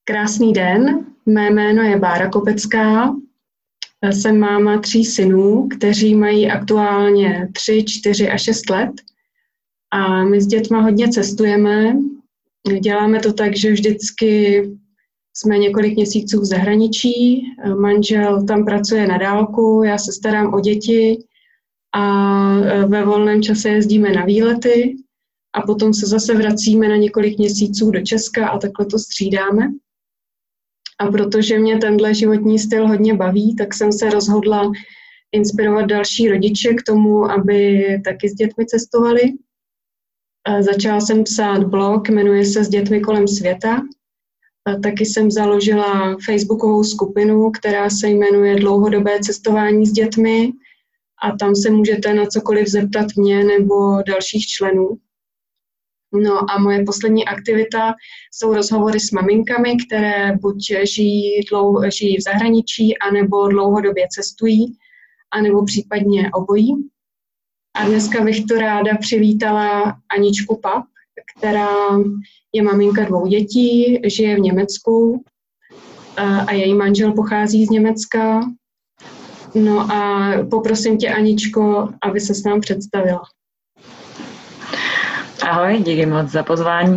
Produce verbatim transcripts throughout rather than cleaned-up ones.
Krásný den, mé jméno je Bára Kopecká, jsem máma tří synů, kteří mají aktuálně tři, čtyři a šest let a my s dětma hodně cestujeme. Děláme to tak, že vždycky jsme několik měsíců v zahraničí, manžel tam pracuje na dálku, já se starám o děti a ve volném čase jezdíme na výlety a potom se zase vracíme na několik měsíců do Česka a takhle to střídáme. A protože mě tenhle životní styl hodně baví, tak jsem se rozhodla inspirovat další rodiče k tomu, aby taky s dětmi cestovali. Začala jsem psát blog, jmenuje se S dětmi kolem světa. Taky jsem založila facebookovou skupinu, která se jmenuje Dlouhodobé cestování s dětmi a tam se můžete na cokoliv zeptat mě nebo dalších členů. No a moje poslední aktivita jsou rozhovory s maminkami, které buď žijí, dlouho, žijí v zahraničí, anebo dlouhodobě cestují, anebo případně obojí. A dneska bych to ráda přivítala Aničku Pap, která je maminka dvou dětí, žije v Německu a její manžel pochází z Německa. No a poprosím tě, Aničko, aby se s nám představila. Ahoj, díky moc za pozvání.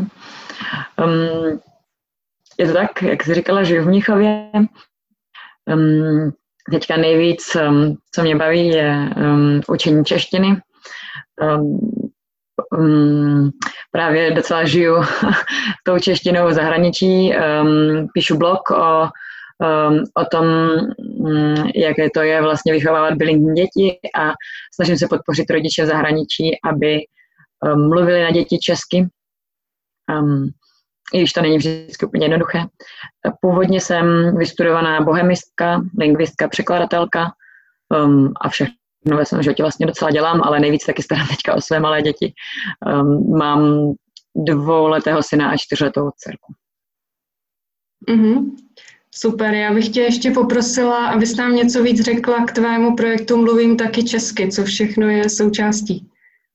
Um, je to tak, jak jsi říkala, žiju v Mnichově. Um, teďka nejvíc, um, co mě baví, je um, učení češtiny. Um, um, právě docela žiju tou češtinou v zahraničí. Um, píšu blog o, um, o tom, um, jaké to je vlastně vychovávat bilingvní děti a snažím se podpořit rodiče v zahraničí, aby mluvili na děti česky, um, i když to není vždycky úplně jednoduché. Původně jsem vystudovaná bohemistka, lingvistka, překladatelka um, a všechno ve svém životě vlastně docela dělám, ale nejvíc taky starám teďka o své malé děti. Um, mám dvouletého syna a čtyřletou dcerku. Mm-hmm. Super, já bych tě ještě poprosila, abys nám něco víc řekla k tvému projektu Mluvím taky česky, co všechno je součástí.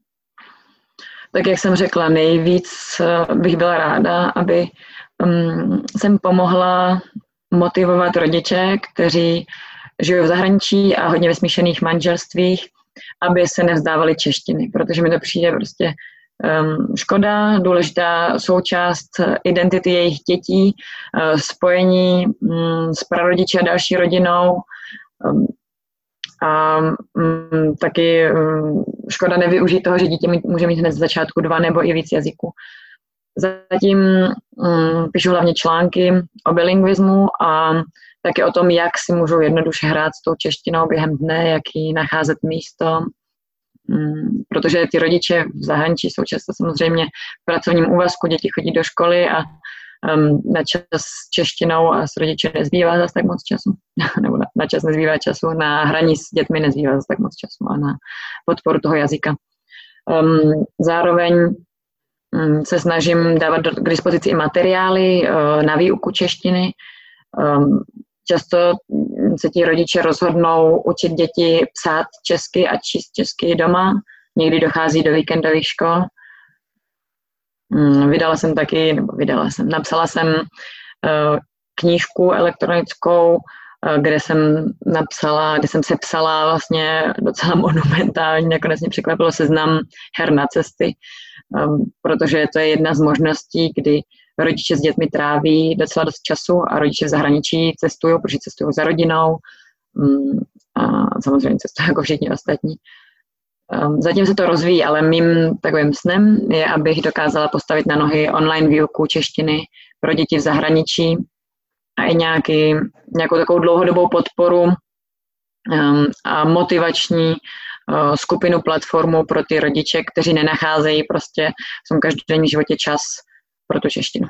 Tak jak jsem řekla, nejvíc bych byla ráda, aby um, jsem pomohla motivovat rodiče, kteří žijou v zahraničí a hodně ve smíšených manželstvích, aby se nevzdávali češtiny, protože mi to přijde prostě um, škoda, důležitá součást identity jejich dětí, uh, spojení um, s prarodiči a další rodinou. Um, A um, taky um, škoda nevyužít toho, že dítě může mít hned z začátku dva nebo i víc jazyků. Zatím um, píšu hlavně články o bilingvismu a taky o tom, jak si můžou jednoduše hrát s tou češtinou během dne, jak jí nacházet místo. Um, protože ty rodiče v zahraničí jsou často samozřejmě v pracovním úvazku, děti chodí do školy a Um, na čas s češtinou a s rodiči nezbývá zase tak moc času. Nebo na, na čas nezbývá času, na hraní s dětmi nezbývá zase tak moc času a na podporu toho jazyka. Um, zároveň um, se snažím dávat do, k dispozici i materiály uh, na výuku češtiny. Um, často se ti rodiče rozhodnou učit děti psát česky a číst česky doma. Někdy dochází do víkendových škol. Vydala jsem taky, nebo vydala jsem, napsala jsem uh, knížku elektronickou, uh, kde jsem napsala, kde jsem sepsala vlastně docela monumentální, nakonec mě překvapilo seznam her na cesty, um, protože to je jedna z možností, kdy rodiče s dětmi tráví docela dost času a rodiče v zahraničí cestují, protože cestují za rodinou um, a samozřejmě cestují jako všichni ostatní. Zatím se to rozvíjí, ale mým takovým snem je, abych dokázala postavit na nohy online výuku češtiny pro děti v zahraničí a i nějaký, nějakou takovou dlouhodobou podporu um, a motivační uh, skupinu, platformu pro ty rodiče, kteří nenacházejí prostě v tom každodenním životě čas pro tu češtinu.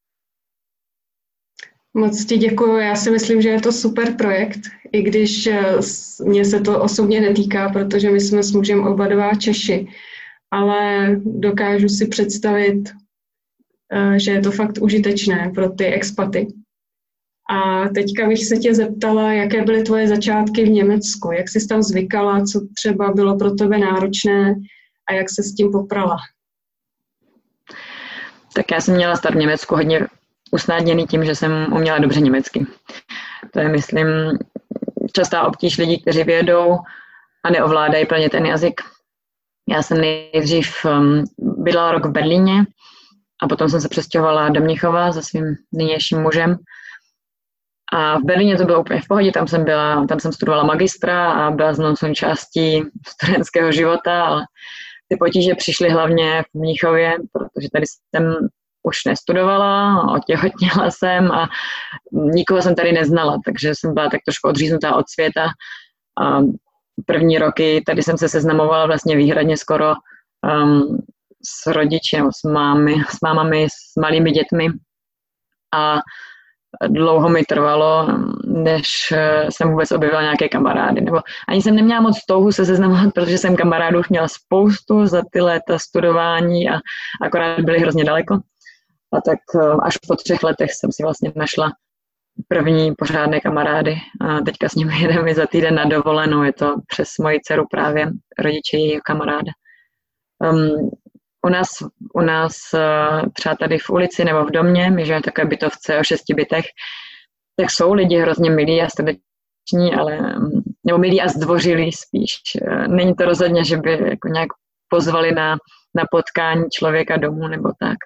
Moc ti děkuju, já si myslím, že je to super projekt, i když mě se to osobně netýká, protože my jsme s mužem oba dva Češi, ale dokážu si představit, že je to fakt užitečné pro ty expaty. A teďka bych se tě zeptala, jaké byly tvoje začátky v Německu, jak jsi tam zvykala, co třeba bylo pro tebe náročné a jak se s tím poprala. Tak já jsem měla start v Německu hodně usnadněný tím, že jsem uměla dobře německy. To je, myslím, častá obtíž lidí, kteří vědou a neovládají plně ten jazyk. Já jsem nejdřív um, bydlela rok v Berlíně a potom jsem se přestěhovala do Mnichova se svým nynějším mužem. A v Berlíně to bylo úplně v pohodě, tam jsem byla, tam jsem studovala magistra a byla znám součástí studentského života, ale ty potíže přišly hlavně v Mnichově, protože tady jsem už nestudovala, otěhotněla jsem a nikoho jsem tady neznala, takže jsem byla tak trošku odříznutá od světa. A první roky tady jsem se seznamovala vlastně výhradně skoro um, s rodiči, nebo s, mámy, s mámami, s malými dětmi a dlouho mi trvalo, než jsem vůbec objevila nějaké kamarády. Nebo ani jsem neměla moc touhu se seznamovat, protože jsem kamarádů už měla spoustu za ty léta studování a akorát byli hrozně daleko. A tak až po třech letech jsem si vlastně našla první pořádné kamarády. A teďka s nimi jedeme za týden na dovolenou. Je to přes moji dceru právě rodiče jejího kamaráda. Um, U nás, u nás třeba tady v ulici nebo v domě, my žijeme takové bytovce o šesti bytech, tak jsou lidi hrozně milí a srdeční, ale, nebo milí a zdvořilí spíš. Není to rozhodně, že by jako nějak pozvali na, na potkání člověka domů nebo tak.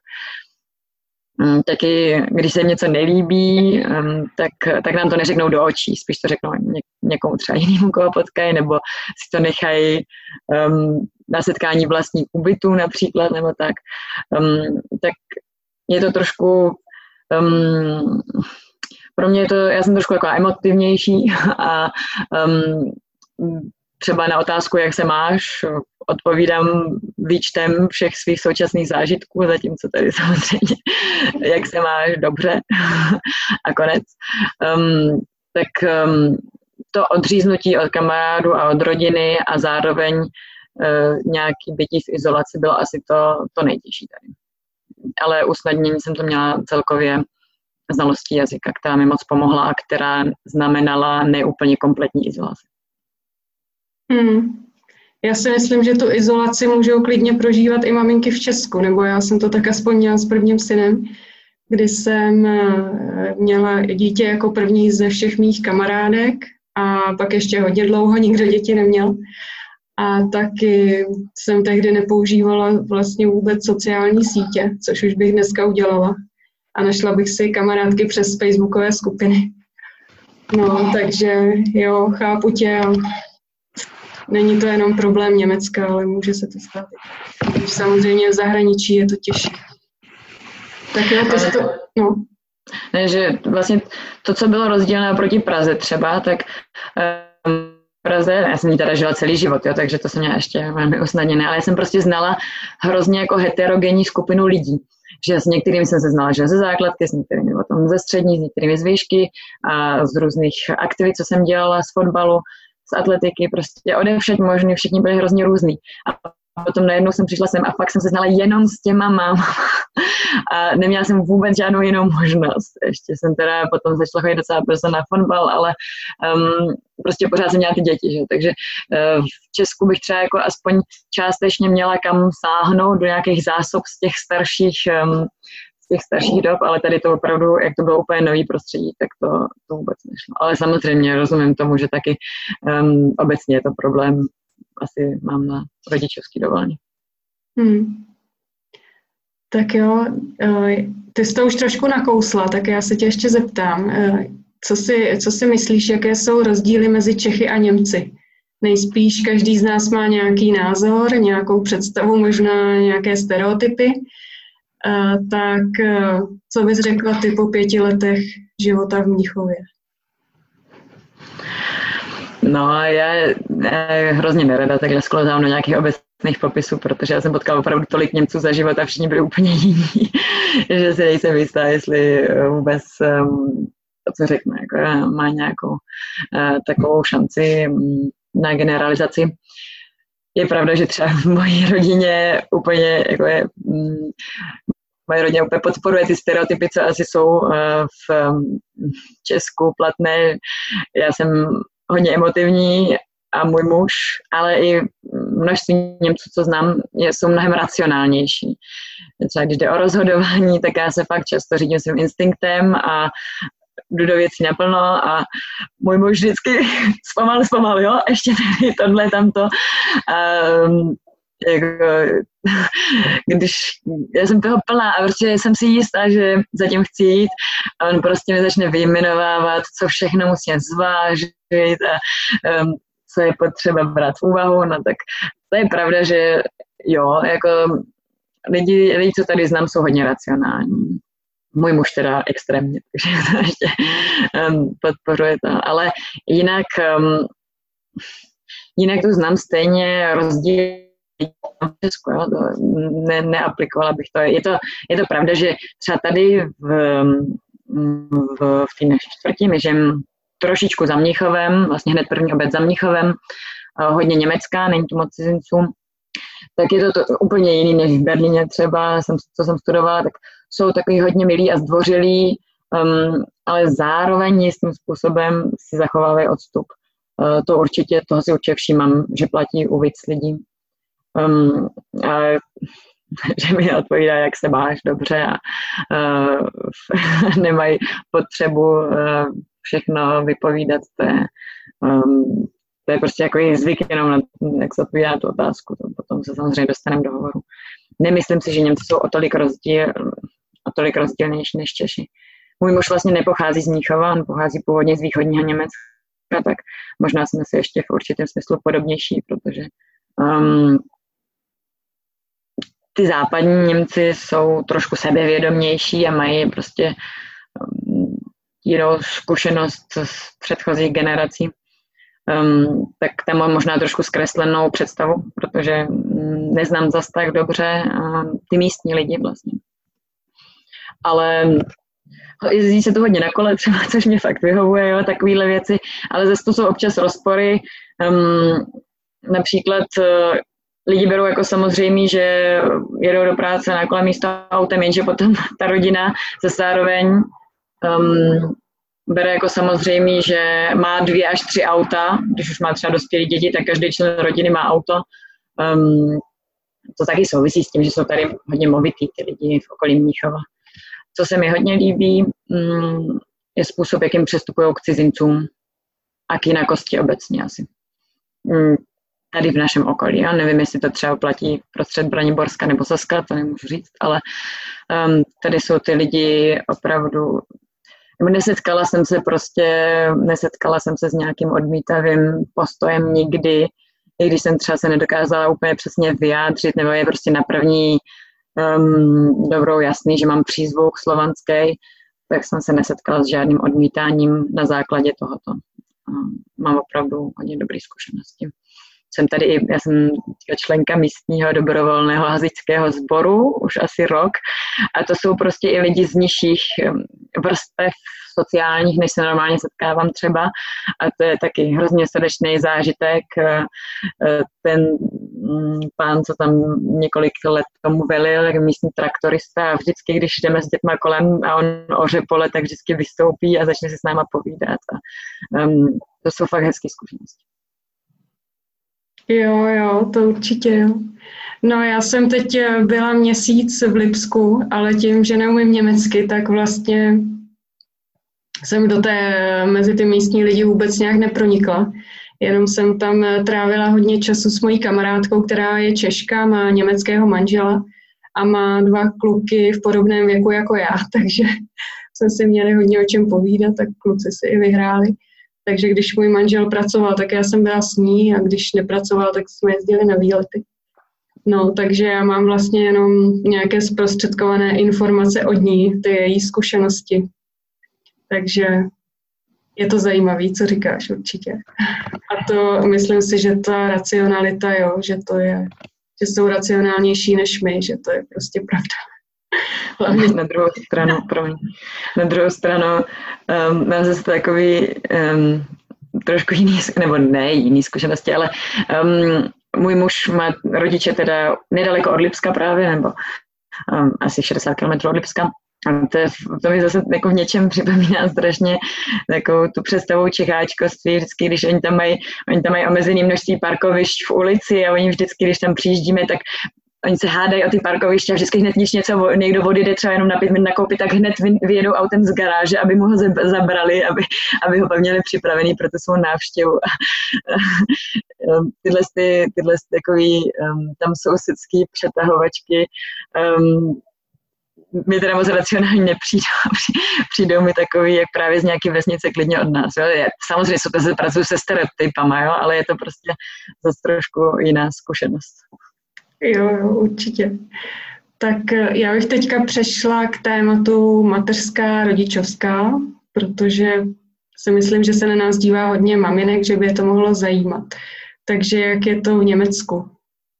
Taky, když se jim něco nelíbí, tak, tak nám to neřeknou do očí, spíš to řeknou ně, někomu třeba jinému, koho potkají, nebo si to nechají um, na setkání vlastníků bytů například, nebo tak. Um, tak je to trošku, um, pro mě je to, já jsem trošku taková emotivnější a um, třeba na otázku, jak se máš, odpovídám výčtem všech svých současných zážitků, zatímco tady samozřejmě, jak se máš, dobře a konec. Um, tak um, to odříznutí od kamarádů a od rodiny a zároveň uh, nějaký bytí v izolaci bylo asi to, to nejtěžší tady. Ale usnadnění jsem to měla celkově znalostí jazyka, která mi moc pomohla a která znamenala neúplně kompletní izolaci. Hmm. Já si myslím, že tu izolaci můžou klidně prožívat i maminky v Česku, nebo já jsem to tak aspoň měla s prvním synem, kdy jsem měla dítě jako první ze všech mých kamarádek a pak ještě hodně dlouho nikdo děti neměl. A taky jsem tehdy nepoužívala vlastně vůbec sociální sítě, což už bych dneska udělala. A našla bych si kamarádky přes facebookové skupiny. No, takže jo, chápu tě. Není to jenom problém Německa, ale může se to stát. Když samozřejmě v zahraničí je to těžké. Tak jo, to, to no. Ne, že vlastně to, co bylo rozdílné proti Praze třeba, tak um, Praze, já jsem jí teda žila celý život, jo, takže to jsem měla ještě velmi usnadněné, ale já jsem prostě znala hrozně jako heterogenní skupinu lidí. Že s některými jsem se znala, že ze základky, s některými potom ze střední, s některými z výšky a z různých aktivit, co jsem dělala z fotbalu, z atletiky, prostě odevšad možný, všichni byli hrozně různý. A potom najednou jsem přišla sem a fakt jsem se znala jenom s těma mámama. A neměla jsem vůbec žádnou jinou možnost. Ještě jsem teda potom začala chodit docela brzo na fotbal, ale um, prostě pořád jsem měla ty děti, že? Takže uh, v Česku bych třeba jako aspoň částečně měla kam sáhnout do nějakých zásob z těch starších um, z těch starších dob, ale tady to opravdu, jak to bylo úplně nový prostředí, tak to, to vůbec nešlo. Ale samozřejmě rozumím tomu, že taky um, obecně je to problém, asi mám na rodičovský dovolení. Hmm. Tak jo, ty jsi to už trošku nakousla, tak já se tě ještě zeptám, co si, co si myslíš, jaké jsou rozdíly mezi Čechy a Němci? Nejspíš každý z nás má nějaký názor, nějakou představu, možná nějaké stereotypy, tak co bys řekla ty po pěti letech života v Mnichově? No, já, já hrozně nerada takhle sklouzám do nějakých obecných popisů, protože já jsem potkala opravdu tolik Němců za život a všichni byli úplně jiní, že si nejsem jistá, jestli vůbec um, to, co řeknu, jako má nějakou uh, takovou šanci um, na generalizaci. Je pravda, že třeba v mojí rodině úplně, jako je, um, moje rodina úplně podporuje ty stereotypy, co asi jsou uh, v um, Česku platné. Já jsem hodně emotivní a můj muž, ale i množství Němců, co znám, je, jsou mnohem racionálnější. Třeba když jde o rozhodování, tak já se fakt často řídím svým instinktem a jdu do věcí naplno a můj muž vždycky zpomal, zpomal, jo, ještě tady tohle, tamto. Um, jako, když já jsem toho plná a prostě jsem si jistá, že zatím chci jít a on prostě mi začne vyjmenovávat, co všechno musím zvážit a um, co je potřeba brát v úvahu, no tak to je pravda, že jo, jako lidi, lidi, co tady znám, jsou hodně racionální. Můj muž teda extrémně, takže to ještě um, podporuje to, ale jinak um, jinak to znám stejně rozdíl v Česku, jo, to ne, neaplikovala bych to. Je to, je to pravda, že třeba tady v, v, v té naší čtvrti, my žijem trošičku za Mnichovem, vlastně hned první obec za Mnichovem, hodně německá, není tu moc cizinců, tak je to, to úplně jiný než v Berlíně třeba, jsem, co jsem studovala, tak jsou takový hodně milí a zdvořilí, um, ale zároveň jistým způsobem si zachovávají odstup. Uh, to určitě, toho si určitě všímám, že platí u víc lidí. Um, a, že mi odpovídá, jak se máš dobře a uh, nemají potřebu uh, všechno vypovídat. To je, um, to je prostě jako zvyk, jenom na, jak se odpovídá na tu otázku. To potom se samozřejmě dostaneme do hovoru. Nemyslím si, že Němci jsou o tolik, rozdíl, o tolik rozdílnější než Češi. Můj muž vlastně nepochází z Mnichova, on pochází původně z východního Německa, tak možná jsme si ještě v určitém smyslu podobnější, protože um, ty západní Němci jsou trošku sebevědomější a mají prostě um, jinou zkušenost z předchozích generací. Um, tak tam mám možná trošku zkreslenou představu, protože um, neznám zas tak dobře um, ty místní lidi vlastně. Ale jezdí se to hodně na kole třeba, což mě fakt vyhovuje, jo, takovýhle věci, ale zase to jsou občas rozpory. Um, například uh, lidi berou jako samozřejmé, že jedou do práce na kole místo autem, jenže potom ta rodina se zároveň um, bere jako samozřejmé, že má dvě až tři auta, když už má třeba dospělí děti, tak každý člen rodiny má auto. Um, to taky souvisí s tím, že jsou tady hodně movitý ty lidi v okolí Mnichova. Co se mi hodně líbí, um, je způsob, jakým přistupují k cizincům a k jinakosti obecně asi. Um, tady v našem okolí. Já nevím, jestli to třeba platí prostřed Braniborska nebo Saska, to nemůžu říct, ale um, tady jsou ty lidi opravdu. Nesetkala jsem se prostě, nesetkala jsem se s nějakým odmítavým postojem nikdy, i když jsem třeba se nedokázala úplně přesně vyjádřit, nebo je prostě na první um, dobrou jasný, že mám přízvuk slovanský, tak jsem se nesetkala s žádným odmítáním na základě tohoto. Um, mám opravdu hodně dobré zkušenosti. Jsem tady i, já jsem členka místního dobrovolného hasičského sboru už asi rok a to jsou prostě i lidi z nižších vrstev sociálních, než se normálně setkávám třeba a to je taky hrozně srdečný zážitek. Ten pán, co tam několik let tomu velil, jak místní traktorista a vždycky, když jdeme s dětma kolem a on oře pole, tak vždycky vystoupí a začne si s náma povídat a um, to jsou fakt hezké zkušenosti. Jo, jo, to určitě jo. No já jsem teď byla měsíc v Lipsku, ale tím, že neumím německy, tak vlastně jsem do té, mezi ty místní lidi vůbec nějak nepronikla. Jenom jsem tam trávila hodně času s mojí kamarádkou, která je Češka, má německého manžela a má dva kluky v podobném věku jako já, takže jsme si měli hodně o čem povídat, tak kluci si i vyhráli. Takže když můj manžel pracoval, tak já jsem byla s ní a když nepracoval, tak jsme jezdili na výlety. No, takže já mám vlastně jenom nějaké zprostředkované informace od ní, ty její zkušenosti. Takže je to zajímavé, co říkáš určitě. A to myslím si, že ta racionalita, jo, že to je, že jsou racionálnější než my, že to je prostě pravda. Hlavně na druhou stranu, promiň, na druhou stranu um, mám zase takový um, trošku jiný, nebo ne jiný zkušenosti, ale um, můj muž má rodiče teda nedaleko od Lipska právě, nebo um, asi šedesát kilometrů od Lipska A to, je, to mi zase jako v něčem připomíná strašně takovou tu představu čecháčkoství, vždycky, když oni tam mají, oni tam mají omezené množství parkovišť v ulici a oni vždycky, když tam přijíždíme, tak oni se hádají o ty parkoviště a vždycky hned, když něco, někdo odjede třeba jenom na pět minut nakoupit, tak hned vyjedou autem z garáže, aby mu ho zabrali, aby, aby ho pak měli připravený pro tu svou návštěvu. tyhle, ty, tyhle takový um, tam sousedský přetahovačky um, mi teda moc racionálně nepřijdou, přijdou mi takový, jak právě z nějaké vesnice klidně od nás. Jo. Samozřejmě jsou to, pracují se stereotypama, jo, ale je to prostě zase trošku jiná zkušenost. Jo, jo, určitě. Tak já bych teďka přešla k tématu mateřská, rodičovská, protože si myslím, že se na nás dívá hodně maminek, že by je to mohlo zajímat. Takže jak je to v Německu?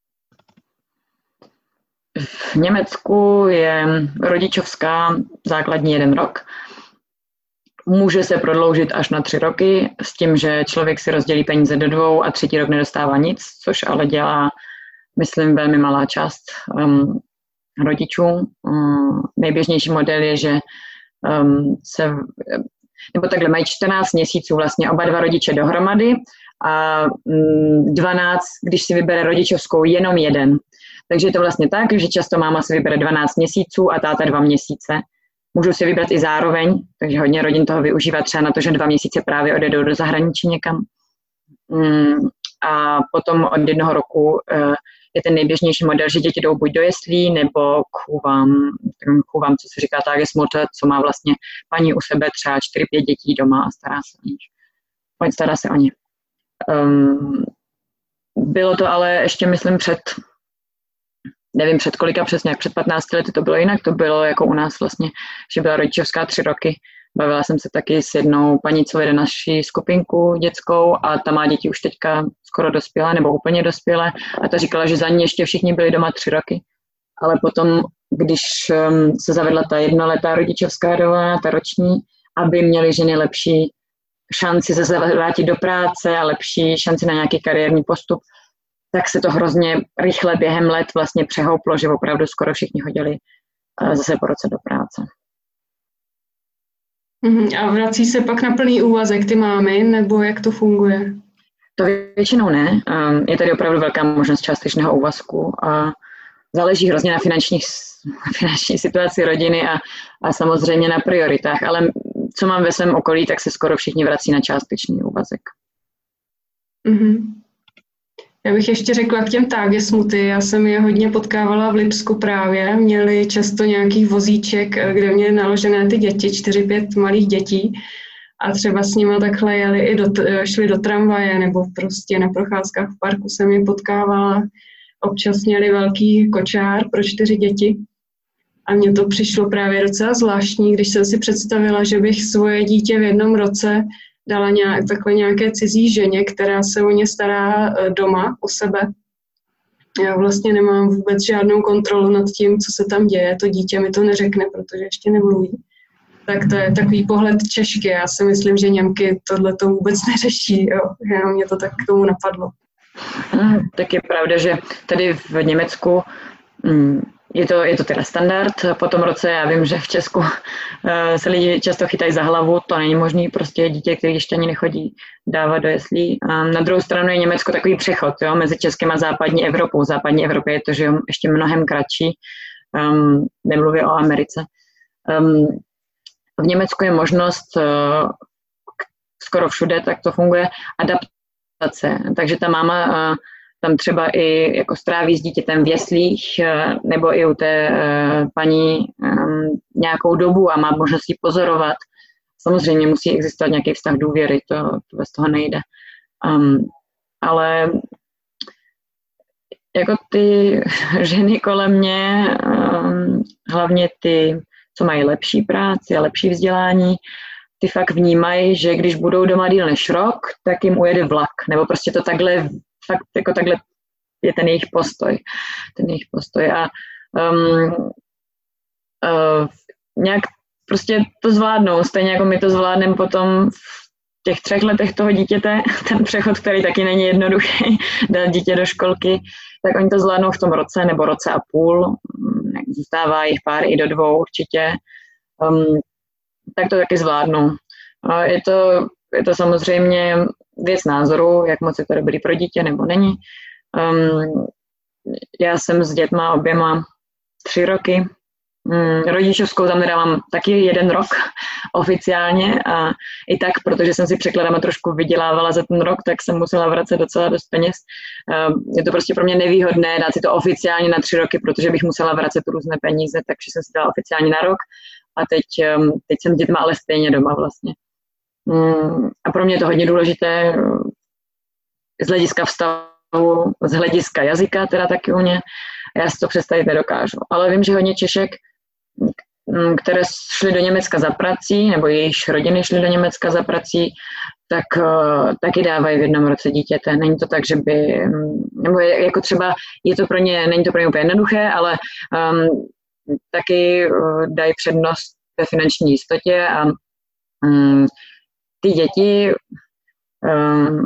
V Německu je rodičovská základní jeden rok. Může se prodloužit až na tři roky s tím, že člověk si rozdělí peníze do dvou a třetí rok nedostává nic, což ale dělá, myslím, velmi malá část um, rodičů. Um, nejběžnější model je, že um, se, nebo takhle, mají čtrnáct měsíců vlastně oba dva rodiče dohromady a um, dvanáct, když si vybere rodičovskou jenom jeden. Takže je to vlastně tak, že často máma si vybere dvanáct měsíců a táta dva měsíce. Můžu si vybrat i zároveň, takže hodně rodin toho využívá třeba na to, že dva měsíce právě odjedou do zahraničí někam. A potom od jednoho roku je ten nejběžnější model, že děti jdou buď do jeslí, nebo k chůvám, chůvám, co se říká Tagesmutter, co má vlastně paní u sebe třeba čtyři pět dětí doma a stará se o ně. Stará se o ně. Um, bylo to ale ještě, myslím, před nevím před kolika přesně, jak před patnácti lety to bylo jinak, to bylo jako u nás vlastně, že byla rodičovská tři roky. Bavila jsem se taky s jednou paní, co vede naši skupinku dětskou a ta má děti už teďka skoro dospělé nebo úplně dospělé a ta říkala, že za ní ještě všichni byli doma tři roky. Ale potom, když um, se zavedla ta jednoletá rodičovská dovolená, ta roční, aby měly ženy lepší šanci se vrátit do práce a lepší šanci na nějaký kariérní postup, tak se to hrozně rychle během let vlastně přehouplo, že opravdu skoro všichni chodili zase po roce do práce. A vrací se pak na plný úvazek ty mámy, nebo jak to funguje? To většinou ne. Je tady opravdu velká možnost částečného úvazku a záleží hrozně na finanční, finanční situaci rodiny a, a samozřejmě na prioritách, ale co mám ve svém okolí, tak se skoro všichni vrací na částečný úvazek. Mm-hmm. Já bych ještě řekla k těm Tagesmuty. Já jsem je hodně potkávala v Lipsku právě. Měli často nějaký vozíček, kde měli naložené ty děti, čtyři, pět malých dětí. A třeba s nimi takhle jeli i do, šli do tramvaje nebo prostě na procházkách v parku jsem je potkávala. Občas měli velký kočár pro čtyři děti. A mně to přišlo právě docela zvláštní, když jsem si představila, že bych svoje dítě v jednom roce dala nějak, takhle nějaké cizí ženě, která se o ně stará doma u sebe. Já vlastně nemám vůbec žádnou kontrolu nad tím, co se tam děje. To dítě mi to neřekne, protože ještě nemluví. Tak to je takový pohled Češky. Já si myslím, že Němky tohle to vůbec neřeší. Jo. Jenom mě to tak k tomu napadlo. Hmm, tak je pravda, že tady v Německu hmm, Je to, je to teda standard. Po tom roce já vím, že v Česku uh, se lidi často chytají za hlavu, to není možný, prostě dítě, který ještě ani nechodí, dávat do jeslí. Um, na druhou stranu je Německo takový přechod, jo, mezi Českem a západní Evropou. V západní Evropě je to, že ještě mnohem kratší, um, nemluvě o Americe. Um, v Německu je možnost uh, skoro všude, tak to funguje, adaptace. Takže ta máma uh, tam třeba i jako stráví s dítětem v jeslích nebo i u té paní nějakou dobu a má možnost ji pozorovat. Samozřejmě musí existovat nějaký vztah důvěry, to, to bez toho nejde. Um, ale jako ty ženy kolem mě, um, hlavně ty, co mají lepší práci a lepší vzdělání, ty fakt vnímají, že když budou doma díl než rok, tak jim ujede vlak, nebo prostě to takhle fakt jako takhle je ten jejich postoj. Ten jejich postoj. A um, uh, nějak prostě to zvládnou. Stejně jako my to zvládneme potom v těch třech letech toho dítěte, ten přechod, který taky není jednoduchý, dát dítě do školky, tak oni to zvládnou v tom roce nebo roce a půl. Zůstává jich pár i do dvou určitě. um, tak to taky zvládnu. A je to, je to samozřejmě věc názoru, jak moc je to dobrý pro dítě nebo není. Um, já jsem s dětma oběma tři roky. Um, rodičovskou tam nedávám taky jeden rok oficiálně a i tak, protože jsem si překladama trošku vydělávala za ten rok, tak jsem musela vracet docela dost peněz. Um, je to prostě pro mě nevýhodné dát si to oficiálně na tři roky, protože bych musela vracet různé peníze, takže jsem si dala oficiálně na rok a teď, um, teď jsem s dětma ale stejně doma vlastně. Um, a pro mě je to hodně důležité z hlediska vztahu, z hlediska jazyka teda taky u mě. Já si to představit nedokážu. Ale vím, že hodně Češek, které šly do Německa za prací, nebo jejich rodiny šly do Německa za prací, tak taky dávají v jednom roce dítěte. Není to tak, že by, nebo je, jako třeba, je to pro ně, není to pro ně úplně jednoduché, ale um, taky uh, dají přednost té finanční jistotě a um, ty děti um,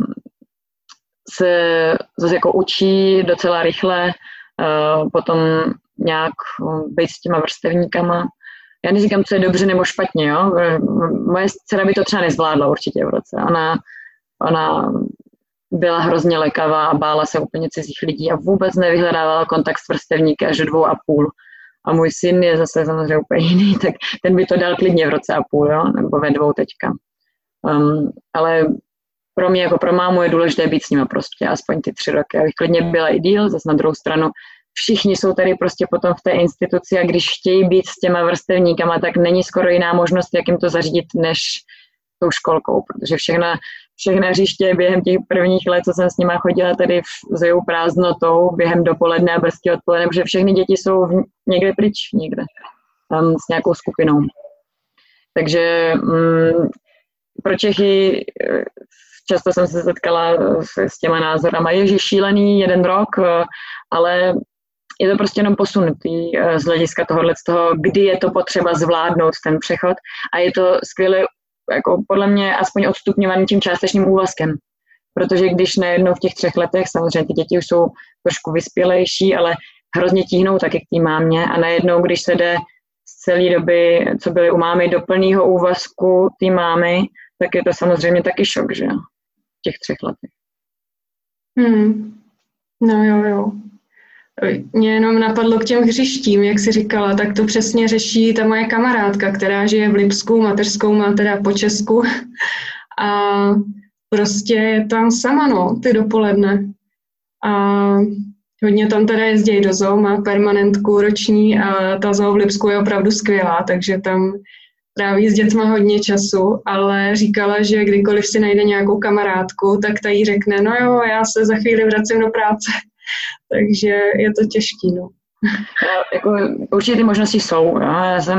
se zase jako učí docela rychle uh, potom nějak být s těma vrstevníkama. Já neříkám, co je dobře nebo špatně, jo. Moje dcera by to třeba nezvládla určitě v roce. Ona, ona byla hrozně lekavá a bála se úplně cizích lidí a vůbec nevyhledávala kontakt s vrstevníky až do dvou a půl. A můj syn je zase samozřejmě úplně jiný, tak ten by to dal klidně v roce a půl, jo, nebo ve dvou teďka. Um, ale pro mě jako pro mámu je důležité být s nima prostě aspoň ty tři roky. Abych klidně byla i díl, zase na druhou stranu všichni jsou tady prostě potom v té instituci a když chtějí být s těma vrstevníkama, tak není skoro jiná možnost, jak jim to zařídit, než tou školkou, protože všechna, všechna hřiště během těch prvních let, co jsem s nima chodila tady s jejou prázdnotou, během dopoledne a brzky odpoledne, protože všechny děti jsou v, někde pryč, někde, tam s nějakou skupinou. Takže mm, pro Čechy často jsem se setkala s, s těma názorama, ježi, šílený jeden rok, ale je to prostě jenom posunutý z hlediska tohohle, z toho, kdy je to potřeba zvládnout ten přechod a je to skvěle, jako podle mě aspoň odstupňovaný tím částečným úvazkem, protože když najednou v těch třech letech, samozřejmě ty děti už jsou trošku vyspělejší, ale hrozně tíhnou taky k té mámě a najednou, když se jde z celé doby, co byly u mámy, do plného úvazku té mámy, tak je to samozřejmě taky šok, že jo, v těch třech letech. Hmm. No jo, jo. Mě jenom napadlo k těm hřištím, jak jsi říkala, tak to přesně řeší ta moje kamarádka, která žije v Lipsku, mateřskou má teda po Česku a prostě je tam sama, no, ty dopoledne. A hodně tam teda jezdí do zoo, má permanentku roční a ta zoo v Lipsku je opravdu skvělá, takže tam tráví s dětma hodně času, ale říkala, že kdykoliv si najde nějakou kamarádku, tak ta jí řekne, no jo, já se za chvíli vracím do práce. Takže je to těžký, no. Já, jako, určitě ty možnosti jsou. Jo. Já jsem,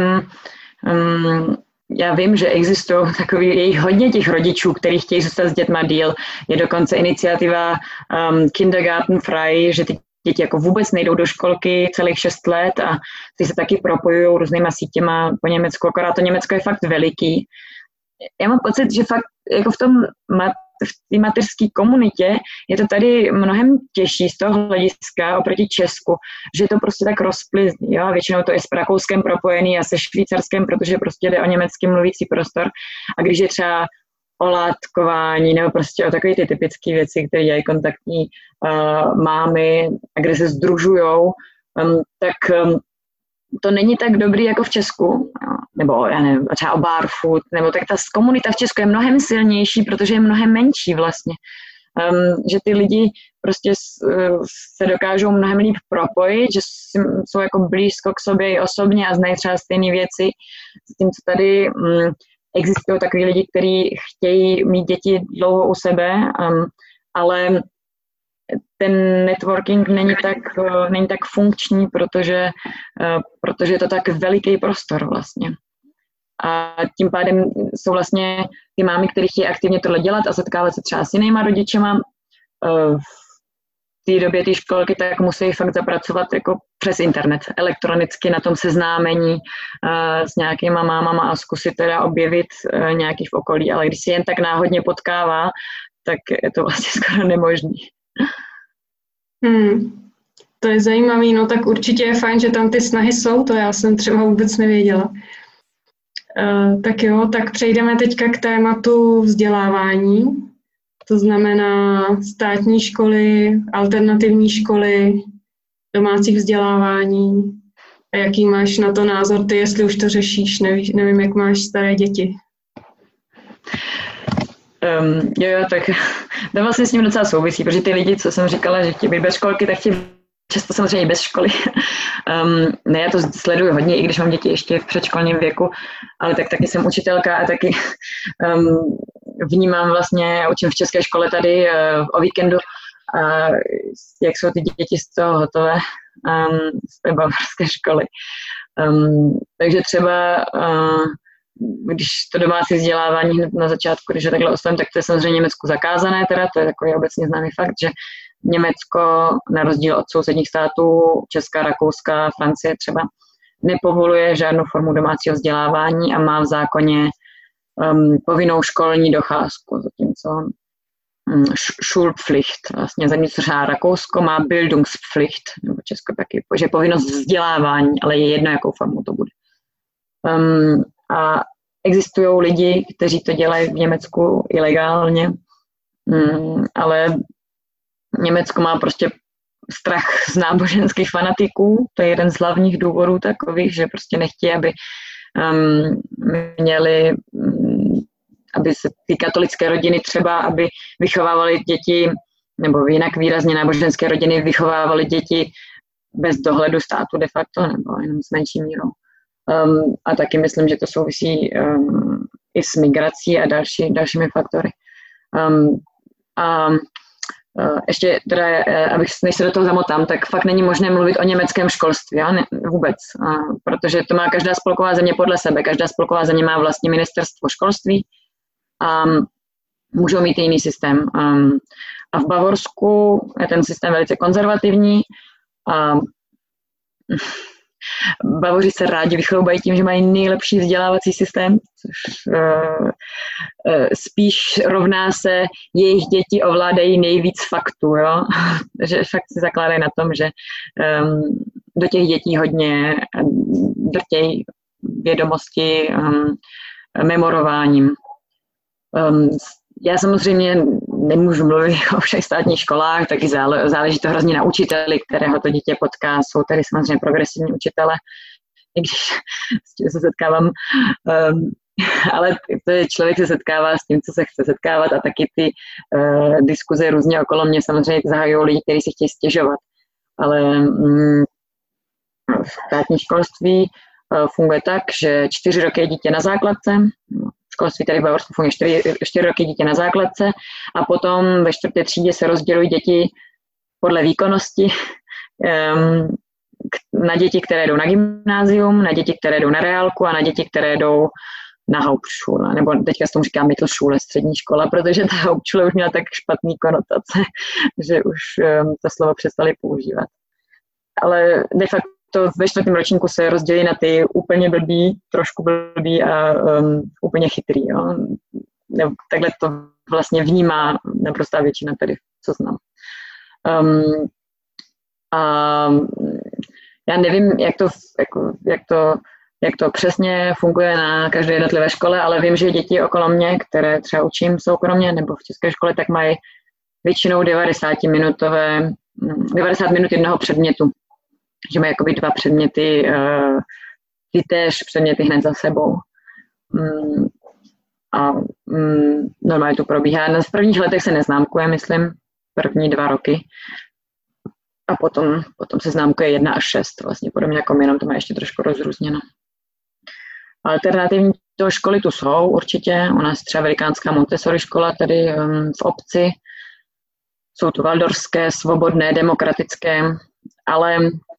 um, já vím, že existují takový, je jich hodně těch rodičů, kteří chtějí zůstat s dětma díl. Je dokonce iniciativa um, Kindergarten frei, že ty děti jako vůbec nejdou do školky celých šest let a ty se taky propojují různýma sítěma po Německu, akorát to Německo je fakt veliký. Já mám pocit, že fakt jako v tom mat, v té mateřské komunitě je to tady mnohem těžší z toho hlediska oproti Česku, že je to prostě tak rozplizný, jo, většinou to je s Rakouskem propojený a se Švýcarskem, protože prostě jde o německy mluvící prostor a když je třeba o látkování nebo prostě o takové ty typické věci, které dělají kontaktní uh, mámy a kde se sdružujou, um, tak um, to není tak dobrý jako v Česku, jo. Nebo já nevím, třeba o barfoot, nebo tak ta komunita v Česku je mnohem silnější, protože je mnohem menší vlastně. Um, že ty lidi prostě s, se dokážou mnohem líp propojit, že jsou jako blízko k sobě i osobně a znají třeba stejné věci. S tím, co tady um, existují takový lidi, kteří chtějí mít děti dlouho u sebe, um, ale ten networking není tak, uh, není tak funkční, protože, uh, protože je to tak veliký prostor vlastně. A tím pádem jsou vlastně ty mámy, které chtějí aktivně tohle dělat a setkávat se třeba s jinýma rodičema. Uh, v té době ty školky tak musí fakt zapracovat jako přes internet, elektronicky na tom seznámení uh, s nějakýma mámama a zkusit teda objevit uh, nějaký v okolí, ale když si jen tak náhodně potkává, tak je to vlastně skoro nemožný. Hmm, to je zajímavý, no tak určitě je fajn, že tam ty snahy jsou, to já jsem třeba vůbec nevěděla. Tak jo, tak přejdeme teďka k tématu vzdělávání. To znamená státní školy, alternativní školy, domácí vzdělávání. A jaký máš na to názor ty, jestli už to řešíš? Neví, nevím, jak máš staré děti. Um, jo, jo, tak to vlastně s ním docela souvisí, protože ty lidi, co jsem říkala, že chtějí být bez školky, tak chtějí často samozřejmě bez školy. Um, ne, já to sleduju hodně, i když mám děti ještě v předškolním věku, ale tak taky jsem učitelka a taky um, vnímám vlastně, učím v české škole tady uh, o víkendu, a jak jsou ty děti z toho hotové, um, z té bavorské školy. Um, takže třeba, uh, když to domácí vzdělávání hned na začátku, když je takhle oslovím, tak to je samozřejmě Německu zakázané, teda to je takový obecně známý fakt, že Německo, na rozdíl od sousedních států, Česká, Rakouska, Francie třeba, nepovoluje žádnou formu domácího vzdělávání a má v zákoně um, povinnou školní docházku, zatímco um, Schulpflicht, vlastně zatímco třeba Rakousko má Bildungspflicht, nebo Česko taky, že povinnost vzdělávání, ale je jedno, jakou formou to bude. Um, a existují lidi, kteří to dělají v Německu ilegálně, um, ale Německo má prostě strach z náboženských fanatiků, to je jeden z hlavních důvodů takových, že prostě nechtějí, aby um, měli, um, aby se ty katolické rodiny třeba, aby vychovávaly děti, nebo jinak výrazně náboženské rodiny vychovávaly děti bez dohledu státu de facto, nebo jenom s menší mírou. Um, a taky myslím, že to souvisí um, i s migrací a další, dalšími faktory. Um, a Uh, ještě teda, abych, než se do toho zamotám, tak fakt není možné mluvit o německém školství, ja? Ne, vůbec, uh, protože to má každá spolková země podle sebe, každá spolková země má vlastně ministerstvo školství a um, můžou mít jiný systém. Um, a v Bavorsku je ten systém velice konzervativní a um, Bavoři se rádi vychloubají tím, že mají nejlepší vzdělávací systém, což uh, uh, spíš rovná se jejich děti ovládají nejvíc faktů, jo? Že fakt se zakládají na tom, že um, do těch dětí hodně drtějí vědomosti um, memorováním. Um, já samozřejmě nemůžu mluvit o všech státních školách, taky záleží to hrozně na učiteli, kterého to dítě potká. Jsou tady samozřejmě progresivní učitele, i když se setkávám, um, ale to je, člověk se setkává s tím, co se chce setkávat a taky ty uh, diskuze různě okolo mě samozřejmě zahajují lidi, kteří si chtějí stěžovat. Ale um, v státní školství uh, funguje tak, že čtyři roky je dítě na základce, školství tady v Bavorsku funguje čtyři, čtyři roky dítě na základce a potom ve čtvrté třídě se rozdělují děti podle výkonnosti um, na děti, které jdou na gymnázium, na děti, které jdou na reálku a na děti, které jdou na Hauptschule, nebo teďka se tomu říká Mittelschule, střední škola, protože ta Hauptschule už měla tak špatný konotace, že už um, to slovo přestali používat. Ale de facto to ve čtvrtém ročníku se rozdělí na ty úplně blbý, trošku blbý a um, úplně chytrý. Jo? Nebo takhle to vlastně vnímá naprostá většina tady, co znám. Um, a já nevím, jak to, jako, jak, to, jak to přesně funguje na každé jednotlivé škole, ale vím, že děti okolo mě, které třeba učím soukromně nebo v české škole, tak mají většinou devadesátiminutové, devadesát minut jednoho předmětu. Že mají jakoby dva předměty, uh, ty též předměty hned za sebou. Um, a um, normálně to probíhá. V prvních letech se neznámkuje, myslím, první dva roky. A potom, potom se známkuje jedna až šest, vlastně podobně jako jenom to má ještě trošku rozrůzněno. Alternativní to školy tu jsou určitě. U nás třeba velikánská Montessori škola tady um, v obci. Jsou tu waldorfské, svobodné, demokratické, ale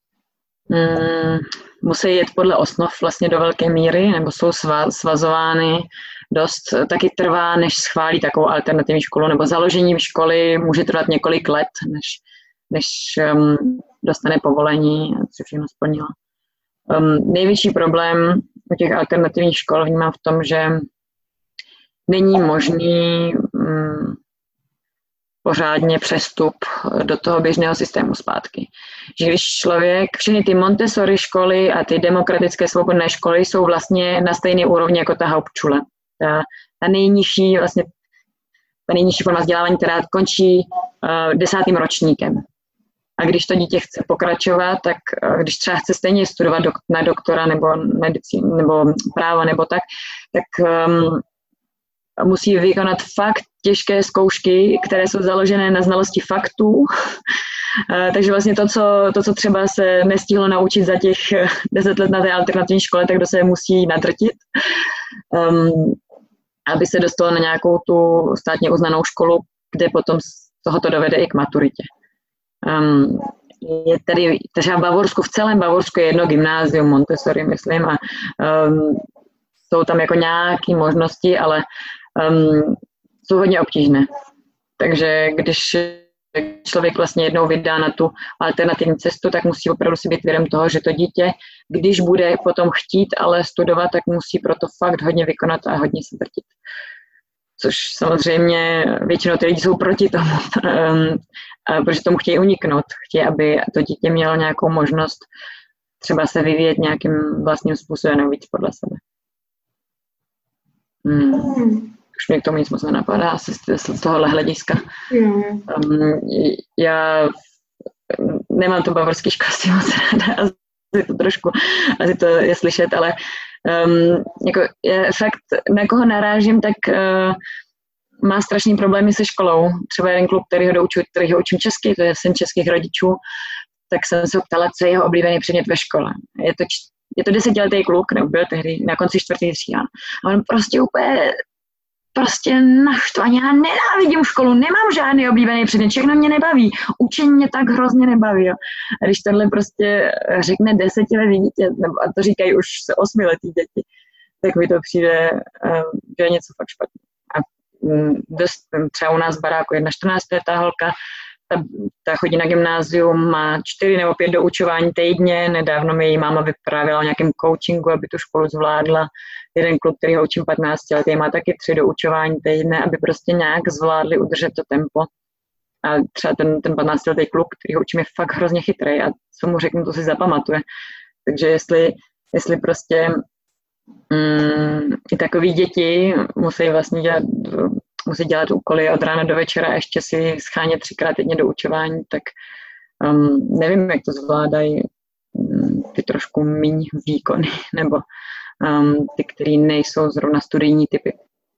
Mm, musí jet podle osnov vlastně do velké míry, nebo jsou svazovány dost, taky trvá, než schválí takovou alternativní školu, nebo založení školy může trvat několik let, než, než um, dostane povolení a co všechno splnila. Um, největší problém u těch alternativních škol vnímám v tom, že není možný um, pořádně přestup do toho běžného systému zpátky. Že když člověk, všechny ty Montessori školy a ty demokratické svobodné školy jsou vlastně na stejné úrovni jako ta Hauptschule. Ta, ta nejnižší vlastně ta nejnižší forma vzdělávání, která končí uh, desátým ročníkem. A když to dítě chce pokračovat, tak uh, když třeba chce stejně studovat dok- na doktora nebo medicín, nebo právo nebo tak, tak um, musí vykonat fakt těžké zkoušky, které jsou založené na znalosti faktů. Uh, takže vlastně to co, to, co třeba se nestihlo naučit za těch deset let na té alternativní škole, tak to se musí nadrtit. Um, aby se dostalo na nějakou tu státně uznanou školu, kde potom z tohoto dovede i k maturitě. Um, je tady třeba v Bavorsku, v celém Bavorsku je jedno gymnázium Montessori, myslím, a um, jsou tam jako nějaké možnosti, ale um, jsou hodně obtížné. Takže když člověk vlastně jednou vydá na tu alternativní cestu, tak musí opravdu si být vědom toho, že to dítě, když bude potom chtít ale studovat, tak musí proto fakt hodně vykonat a hodně se drtit. Což samozřejmě většinou ty lidi jsou proti tomu, protože tomu chtějí uniknout. Chtějí, aby to dítě mělo nějakou možnost třeba se vyvíjet nějakým vlastním způsobem nebo víc podle sebe. Hmm. Už mě k tomu nic moc nenapadá, asi z tohohle hlediska. Mm. Um, já nemám to bavorský školství moc ráda, asi to trošku, asi to je slyšet, ale um, jako je fakt, na koho narážím, tak uh, má strašný problémy se školou. Třeba jeden kluk, který ho doučuji, který ho učím česky, to je syn českých rodičů, tak jsem se ptala, co je jeho oblíbený předmět ve škole. Je to, je to desetiletý kluk, nebo byl tehdy na konci čtvrtý třídy. A on prostě úplně prostě naštvaně, já nenávidím školu, nemám žádný oblíbený předmět, všechno mě nebaví, učení mě tak hrozně nebaví. Jo. A když tohle prostě řekne desetiletý dítě, nebo a to říkají už osmiletý děti, tak mi to přijde, že je něco fakt špatně. A dost, třeba u nás v baráku jedna čtrnáctiletá holka, ta, ta chodí na gymnázium, má čtyři nebo pět doučování týdně, nedávno mi její máma vyprávěla o nějakém coachingu, aby tu školu zvládla. Jeden kluk, který ho učím patnáct let, má taky tři doučování týdne, aby prostě nějak zvládli udržet to tempo. A třeba ten, ten patnáctiletý kluk, který ho učím, je fakt hrozně chytrý a co mu řeknu, to si zapamatuje. Takže jestli, jestli prostě mm, i takový děti musí vlastně dělat, musí dělat úkoly od rána do večera a ještě si schánět třikrát týdně doučování, tak um, nevím, jak to zvládají um, ty trošku míň výkony, nebo Um, ty, který nejsou zrovna studijní typy.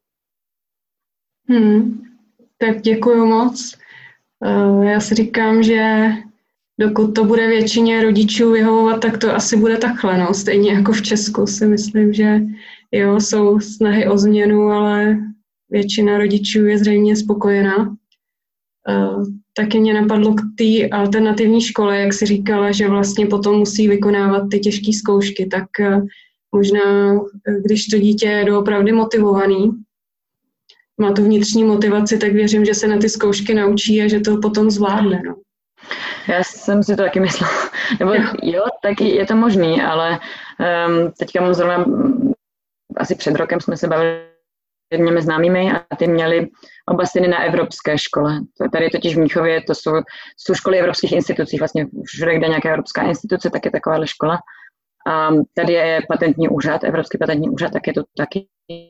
Hmm, tak děkuju moc. Uh, já si říkám, že dokud to bude většině rodičů vyhovovat, tak to asi bude takhle, no. Stejně jako v Česku si myslím, že jo, jsou snahy o změnu, ale většina rodičů je zřejmě spokojená. Uh, taky mě napadlo k té alternativní škole, jak si říkala, že vlastně potom musí vykonávat ty těžké zkoušky, tak uh, možná, když to dítě je doopravdy motivovaný, má tu vnitřní motivaci, tak věřím, že se na ty zkoušky naučí a že to potom zvládne. No. Já jsem si to taky myslela. Nebo jo, taky je to možný, ale um, teďka mám zrovna, asi před rokem jsme se bavili s jedněmi známými a ty měli oba syny na evropské škole. Tady totiž v Mnichově to jsou, jsou školy evropských institucí, vlastně všude, kde je nějaká evropská instituce, tak je takováhle škola. A tady je patentní úřad, Evropský patentní úřad, tak je to taky.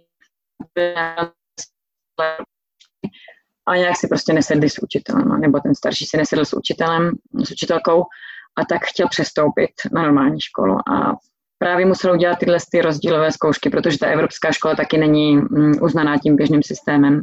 A nějak si prostě nesedli s učitelem, nebo ten starší si nesedl s učitelem, s učitelkou a tak chtěl přestoupit na normální školu. A právě musel udělat tyhle ty rozdílové zkoušky, protože ta evropská škola taky není uznaná tím běžným systémem.